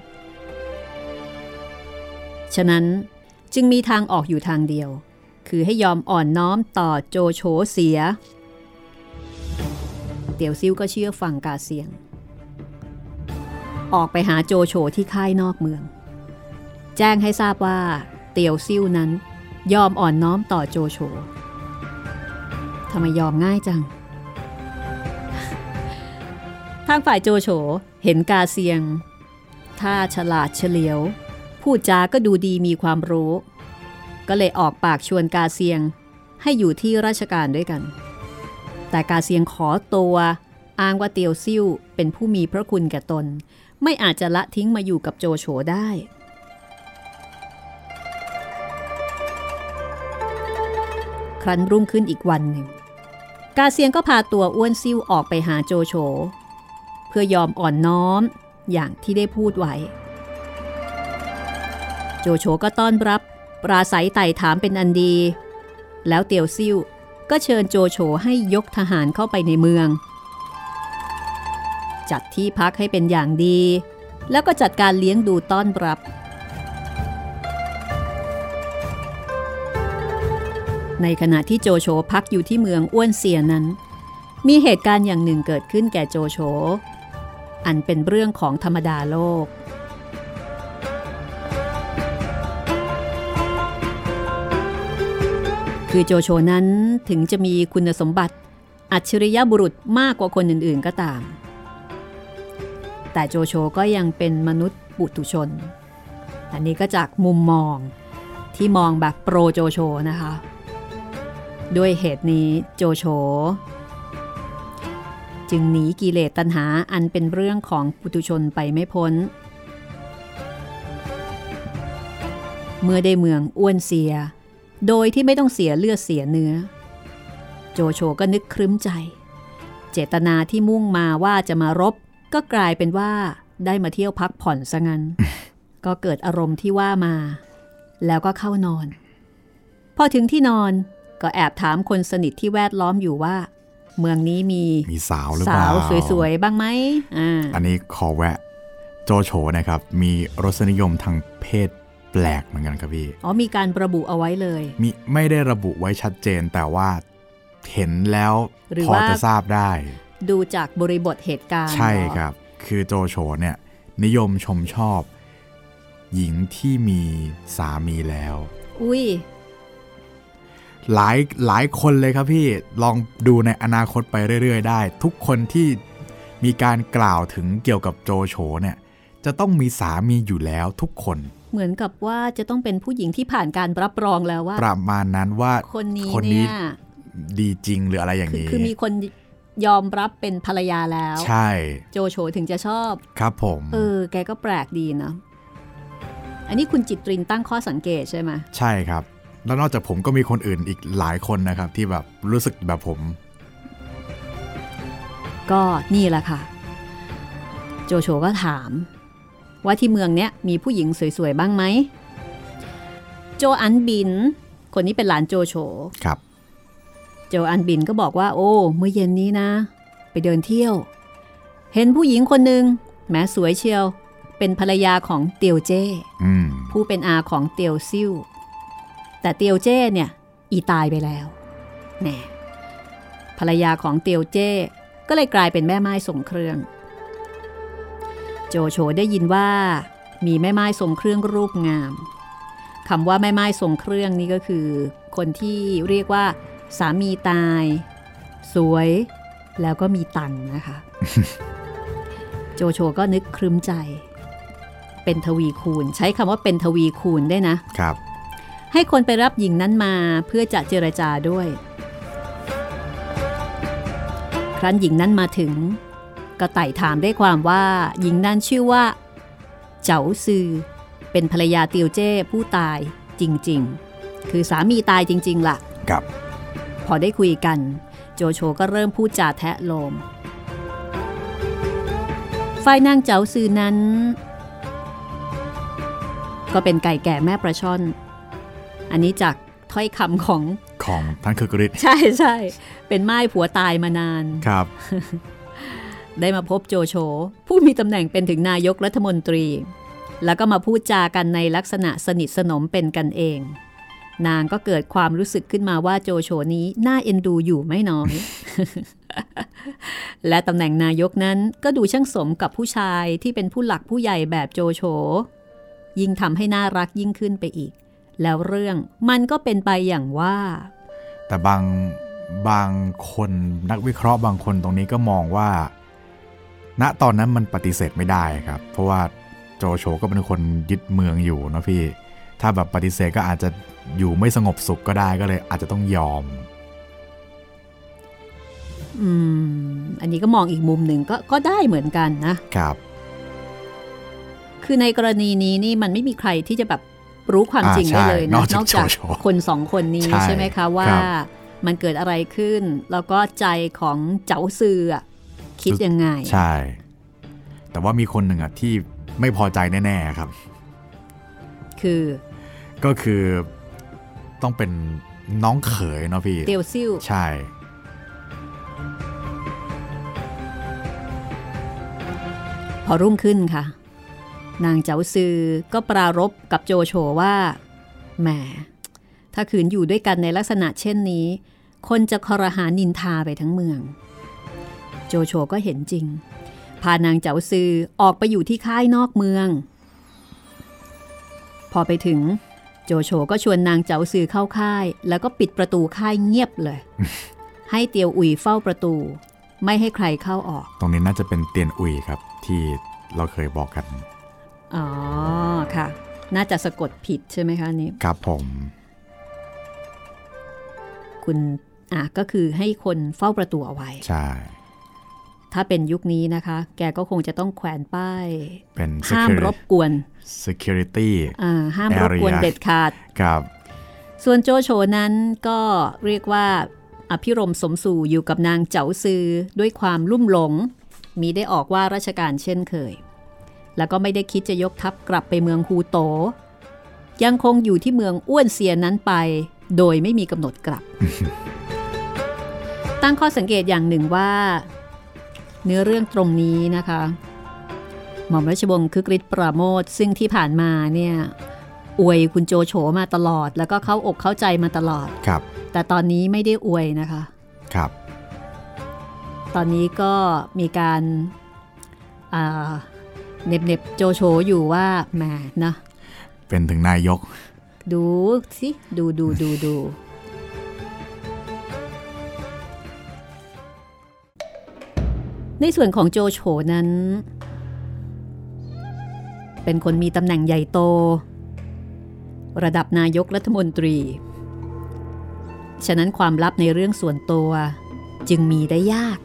Speaker 2: ฉะนั้นจึงมีทางออกอยู่ทางเดียวคือให้ยอมอ่อนน้อมต่อโจโฉเสียเตียวซิ่วก็เชื่อฟังกาเซียงออกไปหาโจโฉที่ค่ายนอกเมืองแจ้งให้ทราบว่าเตียวซิ่วนั้นยอมอ่อนน้อมต่อโจโฉทำไมยอมง่ายจังทางฝ่ายโจโฉเห็นกาเซียงถ้าฉลาดเฉลียวพูดจาก็ดูดีมีความรู้ก็เลยออกปากชวนกาเซียงให้อยู่ที่ราชการด้วยกันแต่กาเซียงขอตัวอ้างว่าเตียวซิ่วเป็นผู้มีพระคุณแก่ตนไม่อาจจะละทิ้งมาอยู่กับโจโฉได้ครั้นรุ่งขึ้นอีกวันหนึ่งกาเซียงก็พาตัวอ้วนซิ่วออกไปหาโจโฉเพื่อยอมอ่อนน้อมอย่างที่ได้พูดไว้โจโฉก็ต้อนรับปราศัยไต่ถามเป็นอันดีแล้วเตียวซิ่วก็เชิญโจโฉให้ยกทหารเข้าไปในเมืองจัดที่พักให้เป็นอย่างดีแล้วก็จัดการเลี้ยงดูต้อนรับในขณะที่โจโฉพักอยู่ที่เมืองอ้วนเสียนั้นมีเหตุการณ์อย่างหนึ่งเกิดขึ้นแก่โจโฉอันเป็นเรื่องของธรรมดาโลกคือโจโฉนั้นถึงจะมีคุณสมบัติอัจฉริยบุรุษมากกว่าคนอื่นๆก็ตามแต่โจโฉก็ยังเป็นมนุษย์ปุถุชนอันนี้ก็จากมุมมองที่มองแบบโปรโจโฉนะคะด้วยเหตุนี้โจโฉจึงหนีกิเลสตัณหาอันเป็นเรื่องของปุถุชนไปไม่พ้นเมื่อได้เมืองอ้วนเสียโดยที่ไม่ต้องเสียเลือดเสียเนื้อโจโฉก็นึกครึ้มใจเจตนาที่มุ่งมาว่าจะมารบก็กลายเป็นว่าได้มาเที่ยวพักผ่อนซะงั้น ก็เกิดอารมณ์ที่ว่ามาแล้วก็เข้านอนพอถึงที่นอนก็แอบถามคนสนิทที่แวดล้อมอยู่ว่าเมืองนี้มี
Speaker 1: มีสาวหรือเปล่า
Speaker 2: สาวสวยๆบ้างไหม อ่า
Speaker 1: อันนี้ขอแวะโจโฉนะครับมีรสนิยมทางเพศแปลกเหมือนกันครับพี่
Speaker 2: อ๋อมีการระบุเอาไว้เลย
Speaker 1: มีไม่ได้ระบุไว้ชัดเจนแต่ว่าเห็นแล้วพอจะทราบได้
Speaker 2: ดูจากบริบทเหตุการณ์
Speaker 1: ใช่ครับคือโจโฉเนี่ยนิยมชมชอบหญิงที่มีสามีแล้ว
Speaker 2: อุ้ย
Speaker 1: หลายหลายคนเลยครับพี่ลองดูในอนาคตไปเรื่อยๆได้ทุกคนที่มีการกล่าวถึงเกี่ยวกับโจโฉเนี่ยจะต้องมีสามีอยู่แล้วทุกคน
Speaker 2: เหมือนกับว่าจะต้องเป็นผู้หญิงที่ผ่านการรับรองแล้วว่า
Speaker 1: ประมาณนั้นว่า
Speaker 2: คนนี้
Speaker 1: คนนี้ดีจริงหรืออะไรอย่างนี้
Speaker 2: คือ, คือมีคนยอมรับเป็นภรรยาแล้ว
Speaker 1: ใช่
Speaker 2: โจโฉถึงจะชอบ
Speaker 1: ครับผม
Speaker 2: เออแกก็แปลกดีนะอันนี้คุณจิตรินตั้งข้อสังเกตใช่ไหม
Speaker 1: ใช่ครับแล้วนอกจากผมก็มีคนอื่นอีกหลายคนนะครับที่แบบรู้สึกแบบผม
Speaker 2: ก็นี่แหละค่ะโจโฉก็ถามว่าที่เมืองเนี้ยมีผู้หญิงสวยๆบ้างไหมโจอันบินคนนี้เป็นหลานโจโฉ
Speaker 1: ครับ
Speaker 2: โจอันบินก็บอกว่าโอ้เมื่อเย็นนี้นะไปเดินเที่ยวเห็นผู้หญิงคนหนึ่งแม้สวยเชียวเป็นภรรยาของเตียวเจ้ผู้เป็นอาของเตียวซิ่วแต่เตียวเจ้เนี่ยอีตายไปแล้วแน่ภรรยาของเตียวเจ้ก็เลยกลายเป็นแม่ไม้ทรงเครื่องโจโฉได้ยินว่ามีแม่ไม้ทรงเครื่องรูปงามคำว่าแม่ไม้ทรงเครื่องนี่ก็คือคนที่เรียกว่าสามีตายสวยแล้วก็มีตังค์นะคะ โจโฉก็นึกครึ้มใจเป็นทวีคูณใช้คำว่าเป็นทวีคูณได้นะครับให้คนไปรับหญิงนั้นมาเพื่อจะเจรจาด้วยครั้นหญิงนั้นมาถึงก็ไต่ถามได้ความว่าหญิงนั้นชื่อว่าเจ๋าซือเป็นภรรยาเตียวเจ้ผู้ตายจริงๆคือสามีตายจริงๆล่ะ
Speaker 1: ครับ
Speaker 2: พอได้คุยกันโจโฉก็เริ่มพูดจาแทะโลมฝ่ายนางเจ๋าซือนั้นก็เป็นไก่แก่แม่ปลาช่อนอันนี้จากถ้อยคำของ
Speaker 1: ของท่านคึกฤทธิ์
Speaker 2: ใช่ใช่เป็นม่ายผัวตายมานาน
Speaker 1: ครับ
Speaker 2: ได้มาพบโจโฉผู้มีตำแหน่งเป็นถึงนายกรัฐมนตรีแล้วก็มาพูดจากันในลักษณะสนิทสนมเป็นกันเองนางก็เกิดความรู้สึกขึ้นมาว่าโจโฉนี้น่าเอ็นดูอยู่ไม่น้อย และตำแหน่งนายกนั้นก็ดูช่างสมกับผู้ชายที่เป็นผู้หลักผู้ใหญ่แบบโจโฉยิ่งทำให้น่ารักยิ่งขึ้นไปอีกแล้วเรื่องมันก็เป็นไปอย่างว่า
Speaker 1: แต่บางบางคนนักวิเคราะห์บางคนตรงนี้ก็มองว่าณตอนนั้นมันปฏิเสธไม่ได้ครับเพราะว่าโจโฉก็เป็นคนยึดเมืองอยู่นะพี่ถ้าแบบปฏิเสธก็อาจจะอยู่ไม่สงบสุขก็ได้ก็เลยอาจจะต้องยอม
Speaker 2: อืมอันนี้ก็มองอีกมุมหนึ่งก็ก็ได้เหมือนกันนะครับคือในกรณีนี้นี่มันไม่มีใครที่จะแบบรู้ความจริงได้เลยนะนอกจากคนสองคนนี้ใช่ไหมคะว่ามันเกิดอะไรขึ้นแล้วก็ใจของเจ๋าซือคิดยังไง
Speaker 1: ใช่แต่ว่ามีคนหนึ่งอ่ะที่ไม่พอใจแน่ๆครับ
Speaker 2: คือ
Speaker 1: ก็คือต้องเป็นน้องเขยเนาะพี่
Speaker 2: เตียวซิ่ว
Speaker 1: ใช่
Speaker 2: พอรุ่งขึ้นค่ะนางเจ๋าซือก็ปรารภกับโจโฉว่าแหมถ้าขืนอยู่ด้วยกันในลักษณะเช่นนี้คนจะคอรหานินทาไปทั้งเมืองโจโฉก็เห็นจริงพานางเจ๋าซือออกไปอยู่ที่ค่ายนอกเมืองพอไปถึงโจโฉก็ชวนนางเจ๋าซือเข้าค่ายแล้วก็ปิดประตูค่ายเงียบเลย ให้เตียวอุ๋ยเฝ้าประตูไม่ให้ใครเข้าออก
Speaker 1: ตรงนี้น่าจะเป็นเตียนอุ๋ยครับที่เราเคยบอกกัน
Speaker 2: อ๋อค่ะน่าจะสะกดผิดใช่ไหมคะนี่
Speaker 1: ครับผม
Speaker 2: คุณอ่ะก็คือให้คนเฝ้าประตูเอาไว้
Speaker 1: ใช่
Speaker 2: ถ้าเป็นยุคนี้นะคะแกก็คงจะต้องแขวนป้าย
Speaker 1: เป็น
Speaker 2: ห้ามรบกวน
Speaker 1: security
Speaker 2: อ่าห้ามรบกวนเด็ดขาด
Speaker 1: ครับ
Speaker 2: ส่วนโจโฉนั้นก็เรียกว่าอภิรมย์สมสู่อยู่กับนางเจ๋าซือด้วยความลุ่มหลงมีได้ออกว่าราชการเช่นเคยแล้วก็ไม่ได้คิดจะยกทัพกลับไปเมืองฮูโตยังคงอยู่ที่เมืองอ้วนเซียนนั้นไปโดยไม่มีกำหนดกลับ ตั้งข้อสังเกตอย่างหนึ่งว่าเนื้อเรื่องตรงนี้นะคะหม่อมราชวงศ์คึกฤทธิ์ปราโมทย์ซึ่งที่ผ่านมาเนี่ยอวยคุณโจโฉมาตลอดแล้วก็เข้าอกเข้าใจมาตลอด
Speaker 1: ครับ
Speaker 2: แต่ตอนนี้ไม่ได้อวยนะคะ
Speaker 1: ครับ
Speaker 2: ตอนนี้ก็มีการอ่าเน็บเน็บโจโฉอยู่ว่าแหมนะ
Speaker 1: เป็นถึงนายก
Speaker 2: ดูสิดูดูดูดูในส่วนของโจโฉนั้นเป็นคนมีตำแหน่งใหญ่โตระดับนายกรัฐมนตรีฉะนั้นความลับในเรื่องส่วนตัวจึงมีได้ยาก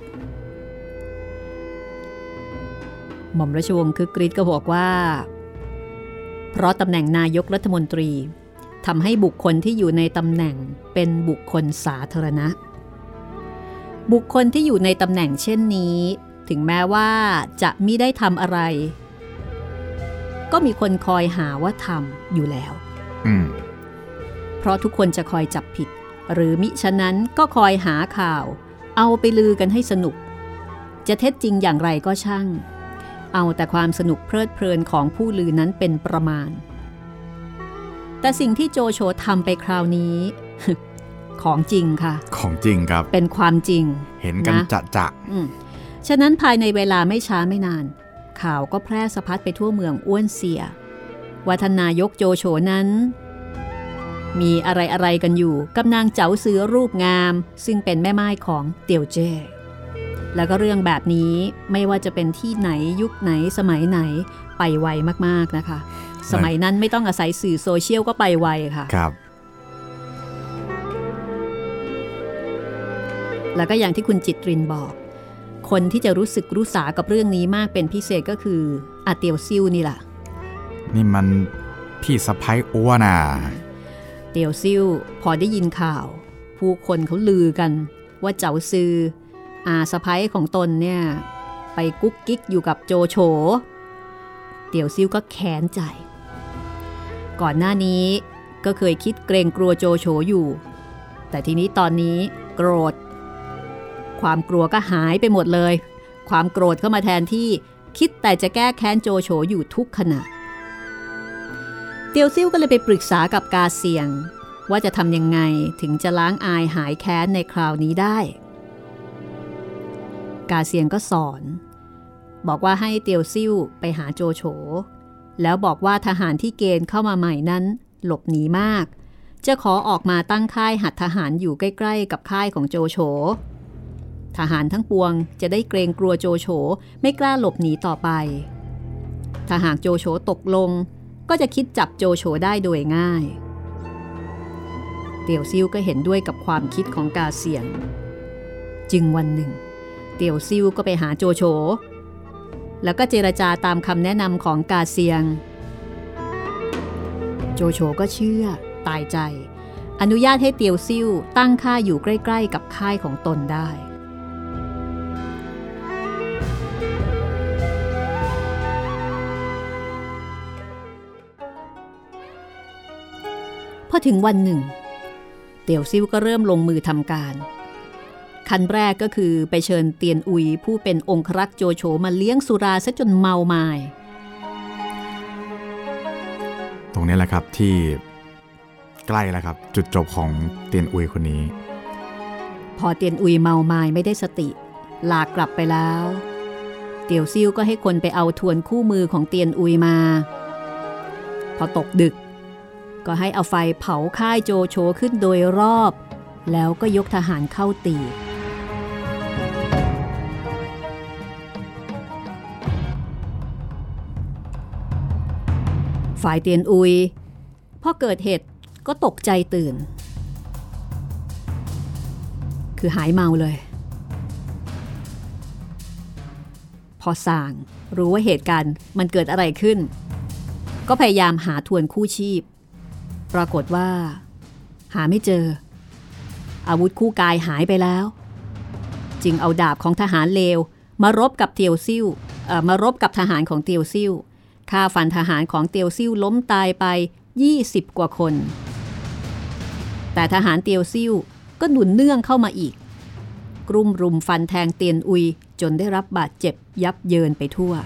Speaker 2: หม่อมราชวงศ์คึกฤทธิ์ก็บอกว่าเพราะตำแหน่งนายกรัฐมนตรีทำให้บุคคลที่อยู่ในตำแหน่งเป็นบุคคลสาธารณะบุคคลที่อยู่ในตำแหน่งเช่นนี้ถึงแม้ว่าจะมิได้ทำอะไรก็มีคนคอยหาว่าทำอยู่แล้วเพราะทุกคนจะคอยจับผิดหรือมิฉะนั้นก็คอยหาข่าวเอาไปลือกันให้สนุกจะเท็จจริงอย่างไรก็ช่างเอาแต่ความสนุกเพลิดเพลินของผู้ลือนั้นเป็นประมาณแต่สิ่งที่โจโฉทำไปคราวนี้ ของจริงค่ะ
Speaker 1: ของจริงครับ
Speaker 2: เป็นความจริง
Speaker 1: เห็นกันจะจะ
Speaker 2: ฉะนั้นภายในเวลาไม่ช้าไม่นานข่าวก็แพร่สะพัดไปทั่วเมืองอ้วนเสียว่าท่านนายกโจโฉนั้นมีอะไรอะไรกันอยู่กับนางเจ๋าซือรูปงามซึ่งเป็นแม่ไม้ของเตียวเจ้แล้วก็เรื่องแบบนี้ไม่ว่าจะเป็นที่ไหนยุคไหนสมัยไหนไปไวมากๆนะคะสมัยนั้นไม่ต้องอาศัยสื่อโซเชียลก็ไปไวค่ะ
Speaker 1: ครับ
Speaker 2: แล้วก็อย่างที่คุณจิตรินบอกคนที่จะรู้สึกรู้สากับเรื่องนี้มากเป็นพิเศษก็คืออาเตียวซิ่วนี่แหละ
Speaker 1: นี่มันพี่สะพ้ายอ้วนน่ะ
Speaker 2: เตียวซิ่วพอได้ยินข่าวผู้คนเขาลือกันว่าเจ้าซืออาสะพ้ายของตนเนี่ยไปกุ๊กกิ๊กอยู่กับโจโฉเตียวซิ่วก็แค้นใจก่อนหน้านี้ก็เคยคิดเกรงกลัวโจโฉอยู่แต่ทีนี้ตอนนี้โกรธความกลัวก็หายไปหมดเลยความโกรธเข้ามาแทนที่คิดแต่จะแก้แค้นโจโฉอยู่ทุกขณะเตียวซิ่วก็เลยไปปรึกษากับกาเซียงว่าจะทำยังไงถึงจะล้างอายหายแค้นในคราวนี้ได้กาเซียงก็สอนบอกว่าให้เตียวซิ่วไปหาโจโฉแล้วบอกว่าทหารที่เกณฑ์เข้ามาใหม่นั้นหลบหนีมากจะขอออกมาตั้งค่ายหัดทหารอยู่ใกล้ๆกับค่ายของโจโฉทหารทั้งปวงจะได้เกรงกลัวโจโฉไม่กล้าหลบหนีต่อไปถ้าหากโจโฉตกลงก็จะคิดจับโจโฉได้โดยง่ายเตียวซิ่วก็เห็นด้วยกับความคิดของกาเซียงจึงวันหนึ่งเตียวซิ่วก็ไปหาโจโฉแล้วก็เจรจาตามคำแนะนำของกาเซียงโจโฉก็เชื่อตายใจอนุญาตให้เตียวซิ่วตั้งค่ายอยู่ใกล้ๆกับค่ายของตนได้พอถึงวันหนึ่งเตียวซิ่วก็เริ่มลงมือทำการขั้นแรกก็คือไปเชิญเตียนอุยผู้เป็นองครักษ์โจโฉมาเลี้ยงสุราซะจนเมามาย
Speaker 1: ตรงนี้แหละครับที่ใกล้แล้วครับจุดจบของเตียนอุยคนนี้
Speaker 2: พอเตียนอุยเมามายไม่ได้สติลากกลับไปแล้วเตียวซิ่วก็ให้คนไปเอาทวนคู่มือของเตียนอุยมาพอตกดึกก็ให้เอาไฟเผาค่ายโจโฉขึ้นโดยรอบแล้วก็ยกทหารเข้าตีฝ่ายเตียนอุยพอเกิดเหตุก็ตกใจตื่นคือหายเมาเลยพอส่างรู้ว่าเหตุการณ์มันเกิดอะไรขึ้นก็พยายามหาทวนคู่ชีพปรากฏว่าหาไม่เจออาวุธคู่กายหายไปแล้วจึงเอาดาบของทหารเลวมารบกับเตียวซิ่วเอ่อมารบกับทหารของเตียวซิ่วฆ่าฟันทหารของเตียวซิ่วล้มตายไปยี่สิบกว่าคนแต่ทหารเตียวซิ่วก็หนุนเนื่องเข้ามาอีกกลุ่มรุมฟันแทงเตียนอุยจนได้รับบาดเจ็บยับเยินไปทั่ว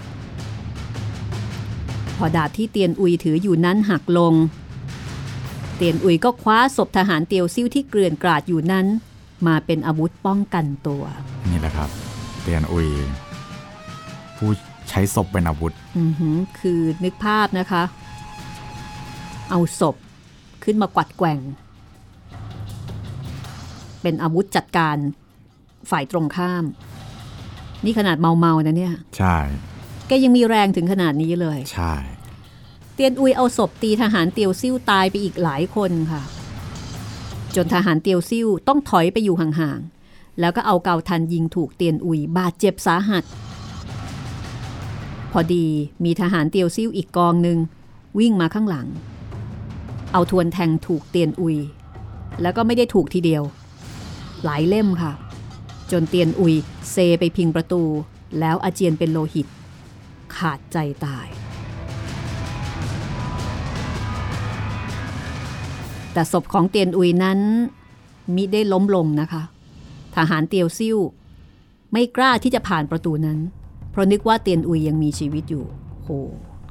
Speaker 2: พอดาบที่เตียนอุยถืออยู่นั้นหักลงเตียนอุยก็คว้าศพทหารเตียวซิ่วที่เกลื่อนกราดอยู่นั้นมาเป็นอาวุธป้องกันตัว
Speaker 1: นี่แหละครับเตียนอุยผู้ใช้ศพเป็นอาวุธ
Speaker 2: อือหือคือนึกภาพนะคะเอาศพขึ้นมากวัดแกว่งเป็นอาวุธจัดการฝ่ายตรงข้ามนี่ขนาดเมาๆนะเนี่ย
Speaker 1: ใช่
Speaker 2: แกยังมีแรงถึงขนาดนี้เลย
Speaker 1: ใช่
Speaker 2: เตียนอุยเอาศพตีทหารเตียวซิ่วตายไปอีกหลายคนค่ะจนทหารเตียวซิ่วต้องถอยไปอยู่ห่างๆแล้วก็เอาเกาทันยิงถูกเตียนอุยบาดเจ็บสาหัสพอดีมีทหารเตียวซิ่วอีกกองหนึ่งวิ่งมาข้างหลังเอาทวนแทงถูกเตียนอุยแล้วก็ไม่ได้ถูกทีเดียวหลายเล่มค่ะจนเตียนอุยเซไปพิงประตูแล้วอาเจียนเป็นโลหิตขาดใจตายแต่ศพของเตียนอุยนั้นมิได้ล้มลงนะคะทหารเตียวซิ่วไม่กล้าที่จะผ่านประตูนั้นเพราะนึกว่าเตียนอุยยังมีชีวิตอยู่โห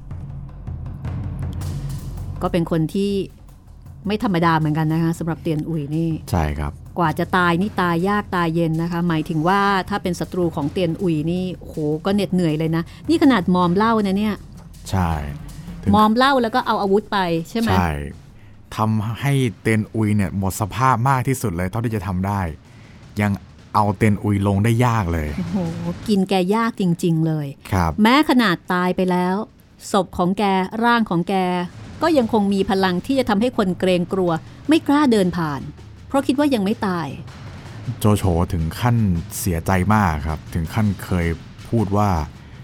Speaker 2: ก็เป็นคนที่ไม่ธรรมดาเหมือนกันนะคะสำหรับเตียนอุยนี่
Speaker 1: ใช่ครับ
Speaker 2: กว่าจะตายนี่ตายยากตายเย็นนะคะหมายถึงว่าถ้าเป็นศัตรูของเตียนอุยนี่โหก็เหน็ดเหนื่อยเลยนะนี่ขนาดมอมเหล้านะเนี่ย
Speaker 1: ใช่
Speaker 2: มอมเหล้าแล้วก็เอาอาวุธไปใช่ไหม
Speaker 1: ใช่ทำให้เตียนอุยเนี่ยหมดสภาพมากที่สุดเลยเท่าที่จะทำได้ยังเอาเตียนอุยลงได้ยากเลย
Speaker 2: โอ้โหกินแกยากจริงๆเลย
Speaker 1: ครับ
Speaker 2: แม้ขนาดตายไปแล้วศพของแกร่างของแกก็ยังคงมีพลังที่จะทำให้คนเกรงกลัวไม่กล้าเดินผ่านเพราะคิดว่ายังไม่ตาย
Speaker 1: โจโฉถึงขั้นเสียใจมากครับถึงขั้นเคยพูดว่า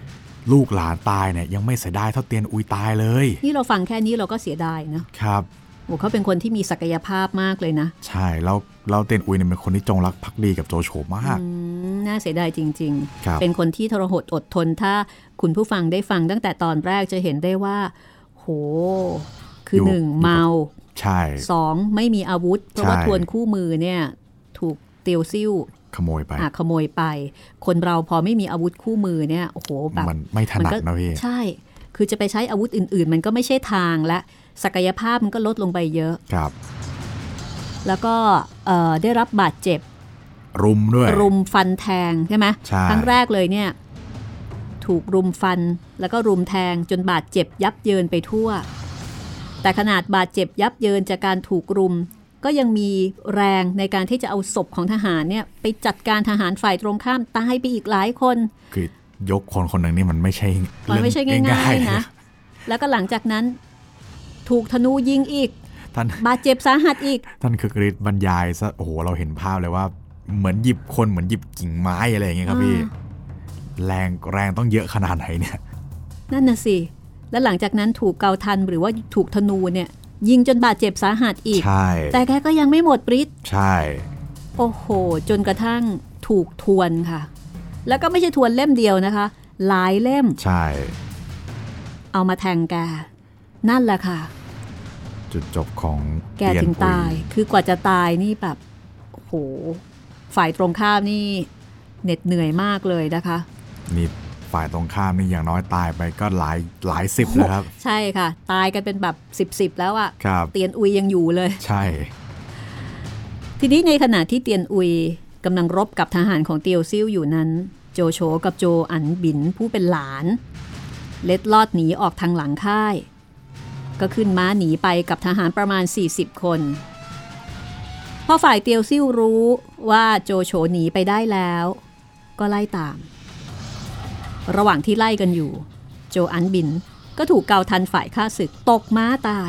Speaker 1: ลูกหลานตายเนี่ยยังไม่เสียดายเท่าเตียนอุยตายเลย
Speaker 2: นี่เราฟังแค่นี้เราก็เสียดายนะครับโอ้เขาเป็นคนที่มีศักยภาพมากเลยนะ
Speaker 1: ใช่แล้วเราเตียนอุยเนี่ยเป็นคนที่จงรักภักดีกับโจโฉมาก
Speaker 2: น่าเสียดายจริงๆเป็นคนที่ทรหดอดทนถ้าคุณผู้ฟังได้ฟังตั้งแต่ตอนแรกจะเห็นได้ว่าโหคือหนึ่งเมา
Speaker 1: ใช่
Speaker 2: สองไม่มีอาวุธเพราะว่าทวนคู่มือเนี่ยถูกเตียวซิ่ว
Speaker 1: ขโมยไป
Speaker 2: ขโมยไปคนเราพอไม่มีอาวุธคู่มือเนี่ยโอ้โหแบบ
Speaker 1: มันไม่ถนัดนะพี่
Speaker 2: ใช่คือจะไปใช้อาวุธอื่นๆมันก็ไม่ใช่ทางและศักยภาพมันก็ลดลงไปเยอะ
Speaker 1: ครับ
Speaker 2: แล้วก็ได้รับบาดเจ็บ
Speaker 1: รุมด้วย
Speaker 2: รุมฟันแทงใช่ไหมครั้งแรกเลยเนี่ยถูกรุมฟันแล้วก็รุมแทงจนบาดเจ็บยับเยินไปทั่วแต่ขนาดบาดเจ็บยับเยินจากการถูกรุมก็ยังมีแรงในการที่จะเอาศพของทหารเนี่ยไปจัดการทหารฝ่ายตรงข้ามตายไปอีกหลายคน
Speaker 1: คือยกคนคนหนึ่งนี่มันไม่ใช่
Speaker 2: มันไม่ใช่ง่ายๆนะแล้วก็หลังจากนั้นถูกธนูยิงอีกบาดเจ็บสาหัสอีก
Speaker 1: ท่านคือกฤษบรรยายซะโอ้โหเราเห็นภาพเลยว่าเหมือนหยิบคนเหมือนหยิบกิ่งไม้อะไรอย่างเงี้ยครับพี่แรงแรงต้องเยอะขนาดไหนเนี่ย
Speaker 2: นั่นน่ะสิแล้วหลังจากนั้นถูกเกาทันหรือว่าถูกธนูเนี่ยยิงจนบาดเจ็บสาหัสอีก
Speaker 1: ใช่
Speaker 2: แต่แกก็ยังไม่หมดฤทธิ์
Speaker 1: ใช่
Speaker 2: โอ้โหจนกระทั่งถูกทวนค่ะแล้วก็ไม่ใช่ทวนเล่มเดียวนะคะหลายเล่ม
Speaker 1: ใช่
Speaker 2: เอามาแทงแกนั่นแหละค่ะ
Speaker 1: จุดจบของ
Speaker 2: แกถึงตายคือกว่าจะตายนี่แบบโอ้โหฝ่ายตรงข้ามนี่เหน็ดเหนื่อยมากเลยนะคะ
Speaker 1: นี่ฝ่ายตรงข้ามนี่อย่างน้อยตายไปก็หลายหลายสิบแล้วครับ
Speaker 2: ใช่ค่ะตายกันเป็นแบบสิบสิบแล้วอะเตียนอุยยังอยู่เลย
Speaker 1: ใช่
Speaker 2: ทีนี้ในขณะที่เตียนอุยกำลังรบกับทหารของเตียวซิ่วอยู่นั้นโจโฉกับโจอันบินผู้เป็นหลานเล็ดลอดหนีออกทางหลังค่ายก็ขึ้นม้าหนีไปกับทหารประมาณสี่สิบคนพอฝ่ายเตียวซิ่วรู้ว่าโจโฉหนีไปได้แล้วก็ไล่ตามระหว่างที่ไล่กันอยู่โจอันบินก็ถูกเกาทันฝ่ายข้าศึกตกม้าตาย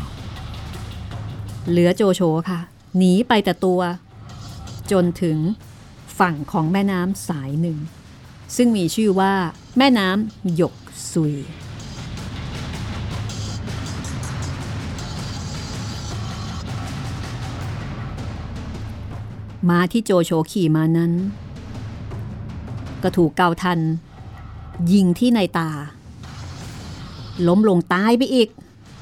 Speaker 2: เหลือโจโฉค่ะหนีไปแต่ตัวจนถึงฝั่งของแม่น้ำสายหนึ่งซึ่งมีชื่อว่าแม่น้ำหยกซุยม้าที่โจโฉขี่มานั้นก็ถูกเกาทันยิงที่ในตาล้มลงตายไปอีก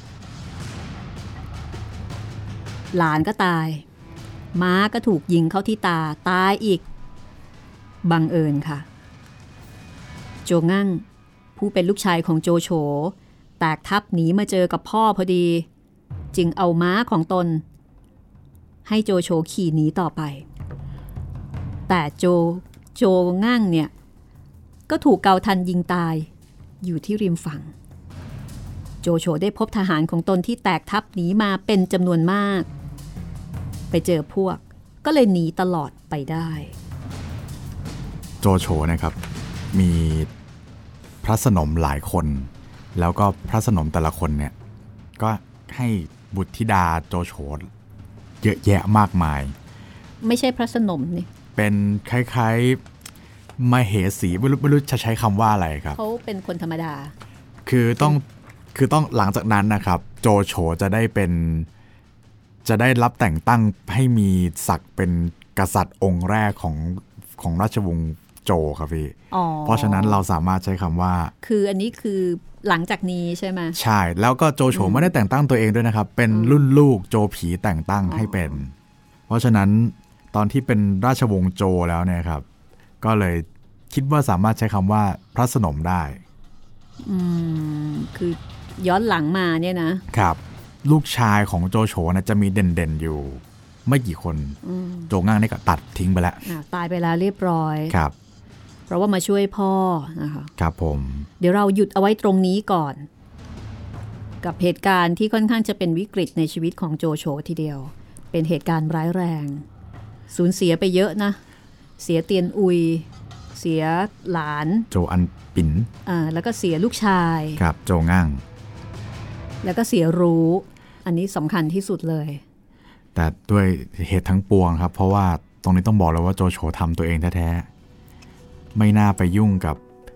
Speaker 2: หลานก็ตายม้าก็ถูกยิงเข้าที่ตาตายอีกบังเอิญค่ะโจงั่งผู้เป็นลูกชายของโจโฉแตกทัพหนีมาเจอกับพ่อพอดีจึงเอาม้าของตนให้โจโฉขี่หนีต่อไปแต่โจโจงั่งเนี่ยก็ถูกเกาทันยิงตายอยู่ที่ริมฝั่งโจโฉได้พบทหารของตนที่แตกทัพหนีมาเป็นจำนวนมากไปเจอพวกก็เลยหนีตลอดไปได้
Speaker 1: โจโฉนะครับมีพระสนมหลายคนแล้วก็พระสนมแต่ละคนเนี่ยก็ให้บุตรธิดาโจโฉเยอะแยะมากมาย
Speaker 2: ไม่ใช่พระสนมนี่
Speaker 1: เป็นคล้ายๆมเหสีไม่รู้ไม่รู้จะใช้คำว่าอะไรครับ
Speaker 2: เขาเป็นคนธรรมดา
Speaker 1: คือต้องคือต้องหลังจากนั้นนะครับโจโฉจะได้เป็นจะได้รับแต่งตั้งให้มีศักดิ์เป็นกษัตริย์องค์แรกของของราชวงศ์โจครับพี่เพราะฉะนั้นเราสามารถใช้คำว่า
Speaker 2: คืออันนี้คือหลังจากนี้ใช่ไหม
Speaker 1: ใช่แล้วก็โจโฉไม่ได้แต่งตั้งตัวเองด้วยนะครับเป็นรุ่นลูกโจผีแต่งตั้งให้เป็นเพราะฉะนั้นตอนที่เป็นราชวงศ์โจแล้วเนี่ยครับก็เลยคิดว่าสามารถใช้คำว่าพระสนมได้
Speaker 2: อืมคือย้อนหลังมาเนี่ย
Speaker 1: นะครับลูกชายของโจโฉนะจะมีเด่นๆอยู่ไม่กี่คนโจงั่งนี่ก็ตัดทิ้งไปแล้ว
Speaker 2: ตายไปแล้วเรียบร้อย
Speaker 1: ครับ
Speaker 2: เพราะว่ามาช่วยพ่อนะคะ
Speaker 1: ครับผม
Speaker 2: เดี๋ยวเราหยุดเอาไว้ตรงนี้ก่อนกับเหตุการณ์ที่ค่อนข้างจะเป็นวิกฤตในชีวิตของโจโฉทีเดียวเป็นเหตุการณ์ร้ายแรงสูญเสียไปเยอะนะเสียเตียนอุยเสียหลาน
Speaker 1: โจอันปิ่น
Speaker 2: อ่าแล้วก็เสียลูกชาย
Speaker 1: ครับโจงั่ง
Speaker 2: แล้วก็เสียรู้อันนี้สำคัญที่สุดเลย
Speaker 1: แต่ด้วยเหตุทั้งปวงครับเพราะว่าตรงนี้ต้องบอกเลยว่าโจโฉทำตัวเองแท้ๆไม่น่าไปยุ่งกับ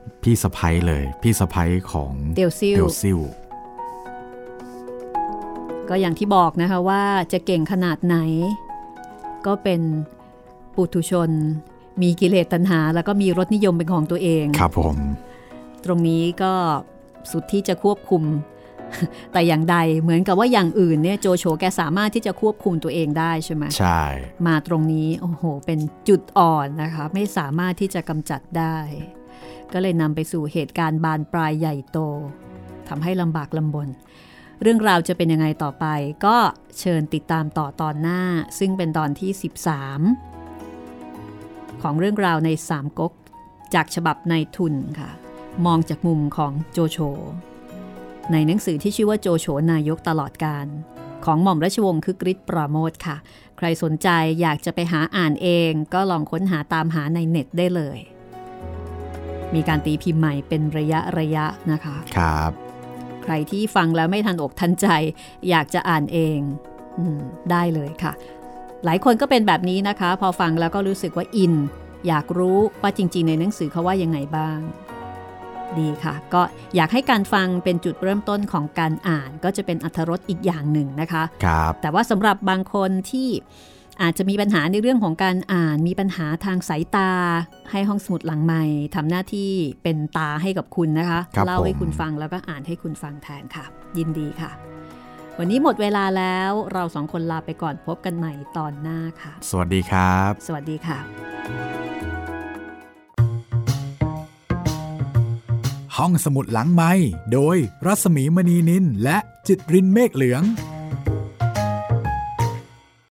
Speaker 1: พี่สะใภ้เลยพี่สะใภ้ของ
Speaker 2: เตียวซิ่ว
Speaker 1: เตียวซิ่ว
Speaker 2: ก็อย่างที่บอกนะคะว่าจะเก่งขนาดไหนก็เป็นปุถุชนมีกิเลสตัณหาแล้วก็มีรสนิยมเป็นของตัวเอง
Speaker 1: ครับผม
Speaker 2: ตรงนี้ก็สุดที่จะควบคุมแต่อย่างใดเหมือนกับว่าอย่างอื่นเนี่ยโจโฉแกสามารถที่จะควบคุมตัวเองได้ใช่ไหม
Speaker 1: ใช่
Speaker 2: มาตรงนี้โอ้โหเป็นจุดอ่อนนะคะไม่สามารถที่จะกำจัดได้ก็เลยนำไปสู่เหตุการณ์บานปลายใหญ่โตทำให้ลำบากลำบนเรื่องราวจะเป็นยังไงต่อไปก็เชิญติดตามต่อตอนหน้าซึ่งเป็นตอนที่สิบสามของเรื่องราวในสามก๊กจากฉบับในทุนค่ะมองจากมุมของโจโฉในหนังสือที่ชื่อว่าโจโฉนายกตลอดกาลของหม่อมราชวงศ์คึกฤทธิ์ปราโมทค่ะใครสนใจอยากจะไปหาอ่านเองก็ลองค้นหาตามหาในเน็ตได้เลยมีการตีพิมพ์ใหม่เป็นระยะระยะนะคะ
Speaker 1: ครับ
Speaker 2: ใครที่ฟังแล้วไม่ทันอกทันใจอยากจะอ่านเองอืมได้เลยค่ะหลายคนก็เป็นแบบนี้นะคะพอฟังแล้วก็รู้สึกว่าอินอยากรู้ว่าจริงๆในหนังสือเขาว่ายังไงบ้างดีค่ะก็อยากให้การฟังเป็นจุดเริ่มต้นของการอ่านก็จะเป็นอรรถรสอีกอย่างหนึ่งนะคะ
Speaker 1: ครับ
Speaker 2: แต่ว่าสำหรับบางคนที่อาจจะมีปัญหาในเรื่องของการอ่านมีปัญหาทางสายตาให้ห้องสมุดหลังใหม่ทำหน้าที่เป็นตาให้กับคุณนะคะเล่าให้คุณฟังแล้วก็อ่านให้คุณฟังแทนค่ะยินดีค่ะวันนี้หมดเวลาแล้วเราสองคนลาไปก่อนพบกันใหม่ตอนหน้าค่ะ
Speaker 1: สวัสดีครับ
Speaker 2: สวัสดีค่ะ
Speaker 3: ห้องสมุดหลังไมค์โดยรัศมีมณีนินและจิตรินเมฆเหลือง